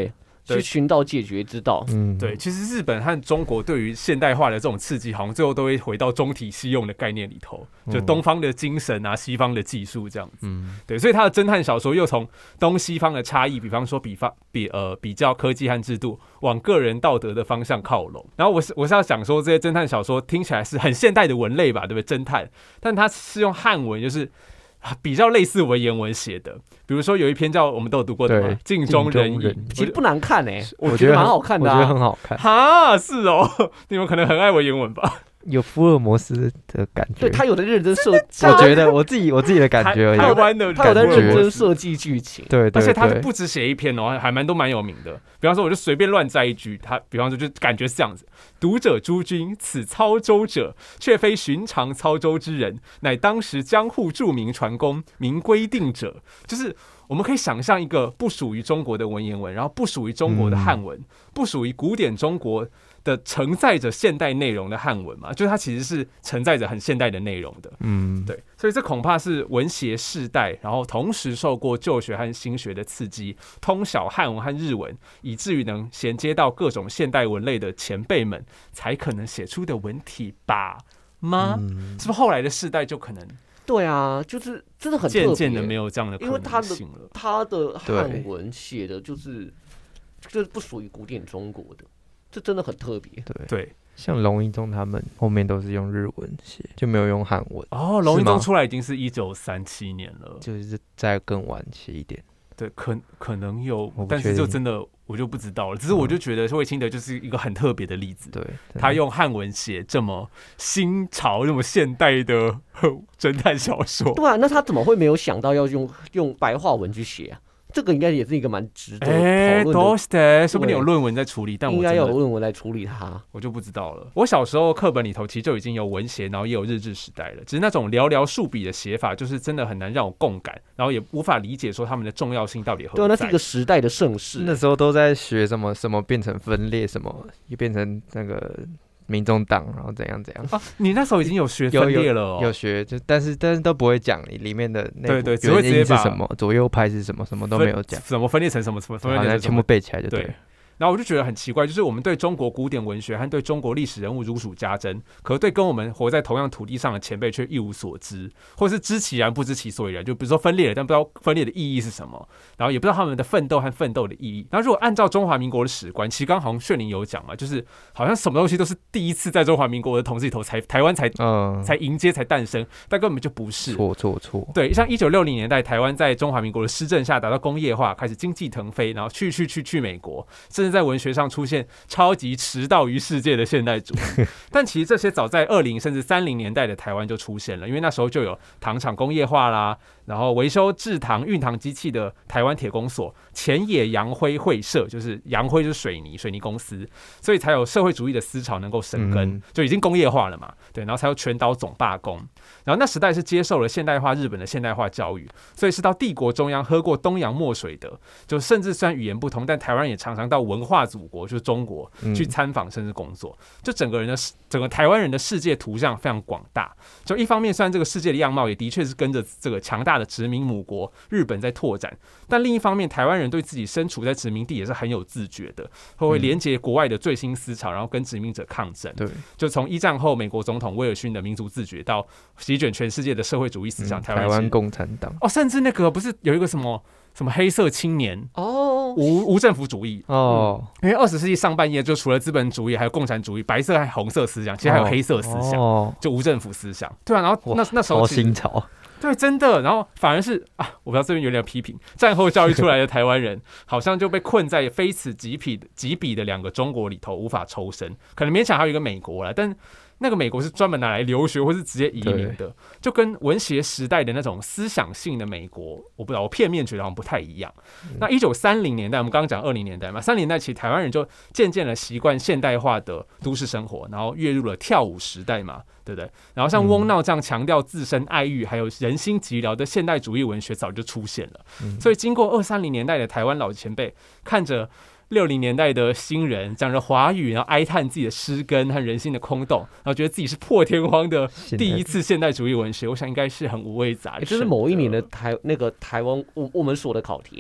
Speaker 3: 去寻到解决之道。
Speaker 2: 对，其实日本和中国对于现代化的这种刺激，好像最后都会回到中体西用的概念里头，就东方的精神啊，西方的技术这样子。对，所以他的侦探小说又从东西方的差异，比方说比较科技和制度，往个人道德的方向靠拢。然后我是要想说，这些侦探小说听起来是很现代的文类吧，对不对？侦探，但它是用汉文，就是比较类似文言文写的。比如说有一篇叫我们都有读过的嘛，《镜中人影》，
Speaker 3: 其实不难看我觉得蛮好看的，
Speaker 1: 我觉得很好看。
Speaker 2: 哈，是哦，你们可能很爱文言文吧？
Speaker 1: 有福尔摩斯的感觉，
Speaker 3: 对他有的认真设，
Speaker 1: 我觉得我自己的感觉而已。
Speaker 2: 台湾的
Speaker 3: 他有在认真设计剧情，
Speaker 1: 对，
Speaker 2: 而且他不只写一篇哦，还蛮有名的。比方说，我就随便乱摘一句，他比方说就感觉是这样子：读者诸君，此操舟者，却非寻常操舟之人，乃当时江户著名船工，名规定者。就是我们可以想象一个不属于中国的文言文，然后不属于中国的汉文，不属于古典中国的承载着现代内容的汉文嘛，就是它其实是承载着很现代的内容的。对，所以这恐怕是文协世代，然后同时受过旧学和新学的刺激，通晓汉文和日文，以至于能衔接到各种现代文类的前辈们，才可能写出的文体吧？是不是后来的世代就可能？
Speaker 3: 对啊，就是真的很特别，
Speaker 2: 渐渐的没有这样的可能性了。
Speaker 3: 因为他的汉文写的就是不属于古典中国的，这真的很特别。
Speaker 2: 对，
Speaker 1: 像龙一宗他们后面都是用日文写，就没有用汉文。
Speaker 2: 哦，龙一宗出来已经是1937年了，
Speaker 1: 就是再更晚期一点。
Speaker 2: 对，可能有，但是就真的我就不知道了。只是我就觉得魏清德就是一个很特别的例子，
Speaker 1: 对，
Speaker 2: 他用汉文写这么新潮、这么现代的侦探小说。
Speaker 3: 对啊，那他怎么会没有想到要用白话文去写啊？这个应该也是一个蛮值得讨论的，
Speaker 2: 说不定有论文在处理，但我
Speaker 3: 应该有论文来处理它，
Speaker 2: 我就不知道了。我小时候课本里头其实就已经有文协，然后也有日治时代了，只是那种寥寥数笔的写法，就是真的很难让我共感，然后也无法理解说他们的重要性到底何在。
Speaker 3: 对，那是一个时代的盛世。
Speaker 1: 那时候都在学什么变成分裂，什么也变成那个民众党，然后怎样啊？
Speaker 2: 你那时候已经有学分裂了哦，
Speaker 1: 有学，就但是都不会讲你里面的内部
Speaker 2: 只会直接
Speaker 1: 是什么，左右派是什么，什么都没有讲，
Speaker 2: 怎么分裂成什么，分裂成什么，
Speaker 1: 全部背起来就对。
Speaker 2: 然后我就觉得很奇怪，就是我们对中国古典文学和对中国历史人物如数家珍，可是对跟我们活在同样土地上的前辈却一无所知，或是知其然不知其所以然。就比如说分裂了，但不知道分裂的意义是什么，然后也不知道他们的奋斗和奋斗的意义。然后如果按照中华民国的史观，其实刚好像炫灵有讲嘛，就是好像什么东西都是第一次在中华民国的统治里头台湾才迎接才诞生，但根本就不是。
Speaker 1: 错。
Speaker 2: 对，像1960年代台湾在中华民国的施政下达到工业化，开始经济腾飞，然后去美国，甚至在文学上出现超级迟到于世界的现代主义。但其实这些早在20甚至30年代的台湾就出现了，因为那时候就有糖厂工业化啦，然后维修制糖运糖机器的台湾铁工所、前野洋辉会社，就是洋辉就是水泥公司，所以才有社会主义的思潮能够生根，就已经工业化了嘛。对，然后才有全岛总罢工。然后那时代是接受了现代化日本的现代化教育，所以是到帝国中央喝过东洋墨水的，就甚至虽然语言不同，但台湾人也常常到文化祖国就是中国去参访甚至工作。就整个台湾人的世界图像非常广大。就一方面，虽然这个世界的样貌也的确是跟着这个强大的殖民母国日本在拓展，但另一方面，台湾人对自己身处在殖民地也是很有自觉的，会连接国外的最新思潮，然后跟殖民者抗争。
Speaker 1: 对，
Speaker 2: 就从一战后美国总统威尔逊的民族自觉到席卷全世界的社会主义思想，
Speaker 1: 台湾共产党
Speaker 2: 甚至那个不是有一个什么黑色青年无政府主义因为20世纪上半叶就除了资本主义还有共产主义，白色和红色思想，其实还有黑色思想就无政府思想。对啊，然后那时候
Speaker 1: 超新潮。
Speaker 2: 对，真的，然后反而是我不知道这边有点批评，战后教育出来的台湾人，好像就被困在非此即彼的两个中国里头，无法抽身。可能勉强还有一个美国啦，但那个美国是专门拿来留学或是直接移民的，就跟文学时代的那种思想性的美国，我不知道，我片面觉得好像不太一样。那1930年代，我们刚刚讲20年代嘛，30年代其实台湾人就渐渐的习惯现代化的都市生活，然后跃入了跳舞时代嘛。对不对？然后像翁闹这样强调自身爱欲还有人心寂寥的现代主义文学早就出现了。所以经过20-30年代的台湾老前辈看着60年代的新人讲着华语，然后哀叹自己的诗根和人心的空洞，然后觉得自己是破天荒的第一次现代主义文学，我想应该是很五味杂陈。
Speaker 3: 这是某一年的台湾我们所的考题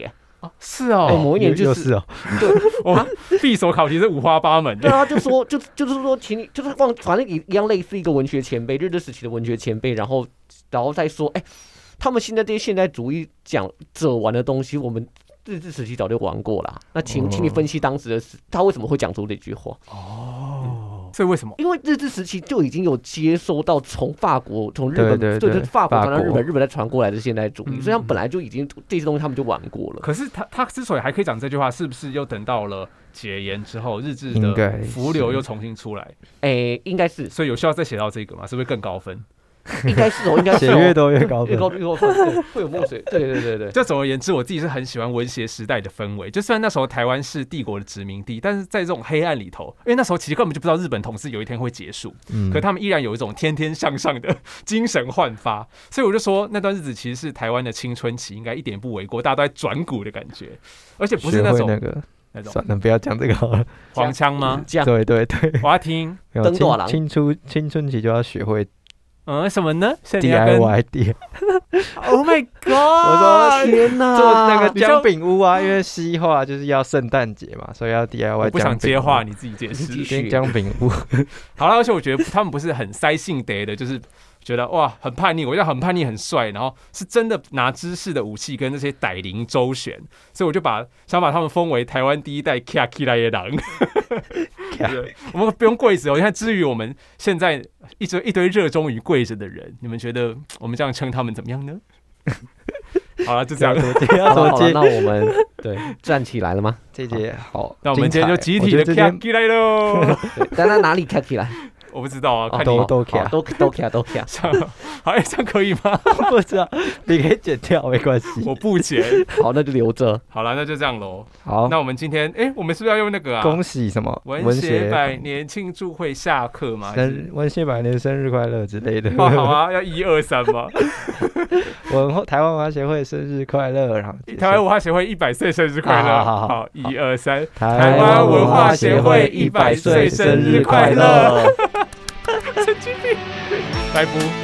Speaker 2: 是哦，
Speaker 3: 某一年就是
Speaker 1: 哦，
Speaker 3: 对，
Speaker 2: 我必手考题是五花八门的。
Speaker 3: 对啊，就是说，请你就是反正一样类似一个文学前辈，日治时期的文学前辈，然后再说，他们现在这些现代主义讲者玩的东西，我们日治时期早就玩过啦。那请你分析当时的他为什么会讲出这句话？
Speaker 2: 所以为什么？
Speaker 3: 因为日治时期就已经有接收到从法国、从日本，对法国传到日本，日本再传过来的现代主义，所以他们本来就已经这些东西他们就玩过了。
Speaker 2: 可是他之所以还可以讲这句话，是不是又等到了解严之后，日治的浮流又重新出来？
Speaker 3: 应该是。
Speaker 2: 所以有需要再写到这个吗？是不是更高分？
Speaker 3: 应该是哦，应该是
Speaker 1: 写越多越高分，
Speaker 3: 越高分，会有墨水。对。
Speaker 2: 就总而言之，我自己是很喜欢文协时代的氛围。就虽然那时候台湾是帝国的殖民地，但是在这种黑暗里头，因为那时候其实根本就不知道日本统治有一天会结束，可他们依然有一种天天向上的精神焕发。所以我就说，那段日子其实是台湾的青春期，应该一点不为过，大家都在转股的感觉，而且不是那种
Speaker 1: 算了，不要讲这个好了。
Speaker 2: 黄腔吗？
Speaker 1: 对，
Speaker 2: 我要听。
Speaker 1: 青春期就要学会。
Speaker 2: 什么呢
Speaker 1: ？DIY
Speaker 2: Oh my god！
Speaker 1: 我说
Speaker 3: 天哪，
Speaker 1: 做那个姜饼屋啊，因为西化就是要圣诞节嘛，所以要 DIY。
Speaker 2: 我不想接话，你自己解释。
Speaker 1: 姜饼屋。
Speaker 2: 好了，而且我觉得他们不是很塞性得的，就是觉得哇很叛逆，我觉得很叛逆很帅，然后是真的拿知识的武器跟那些歹灵周旋，所以我就想把他们封为台湾第一代卡起来的狼。我们不用跪着哦，你看，至于我们现在一堆热衷于跪着的人，你们觉得我们这样称他们怎么样呢？好了，就这样。
Speaker 3: 好了，那我们对站起来了吗？
Speaker 1: 这节好，
Speaker 2: 那我们今天就集体的卡起来喽。
Speaker 3: 但他哪里卡起来？
Speaker 2: 我不知道啊，看你
Speaker 3: 都卡。
Speaker 2: 好，这样可以吗？
Speaker 1: 不知道，你可以剪掉，没关系。
Speaker 2: 我不剪。
Speaker 3: 好，那就留着。
Speaker 2: 好了，那就这样喽。
Speaker 1: 好，
Speaker 2: 那我们今天，我们是不是要用那个啊？
Speaker 1: 恭喜什么？
Speaker 2: 文协100年庆祝会下课吗？
Speaker 1: 文协100年生日快乐之类的。
Speaker 2: 好啊，要1、2、3吗？
Speaker 1: 台湾文化协会生日快乐，然后
Speaker 2: 台湾文化协会100岁生日快乐。好，1、2、3，
Speaker 3: 台湾文化协会100岁生日快乐。
Speaker 2: 神经病，拜拜。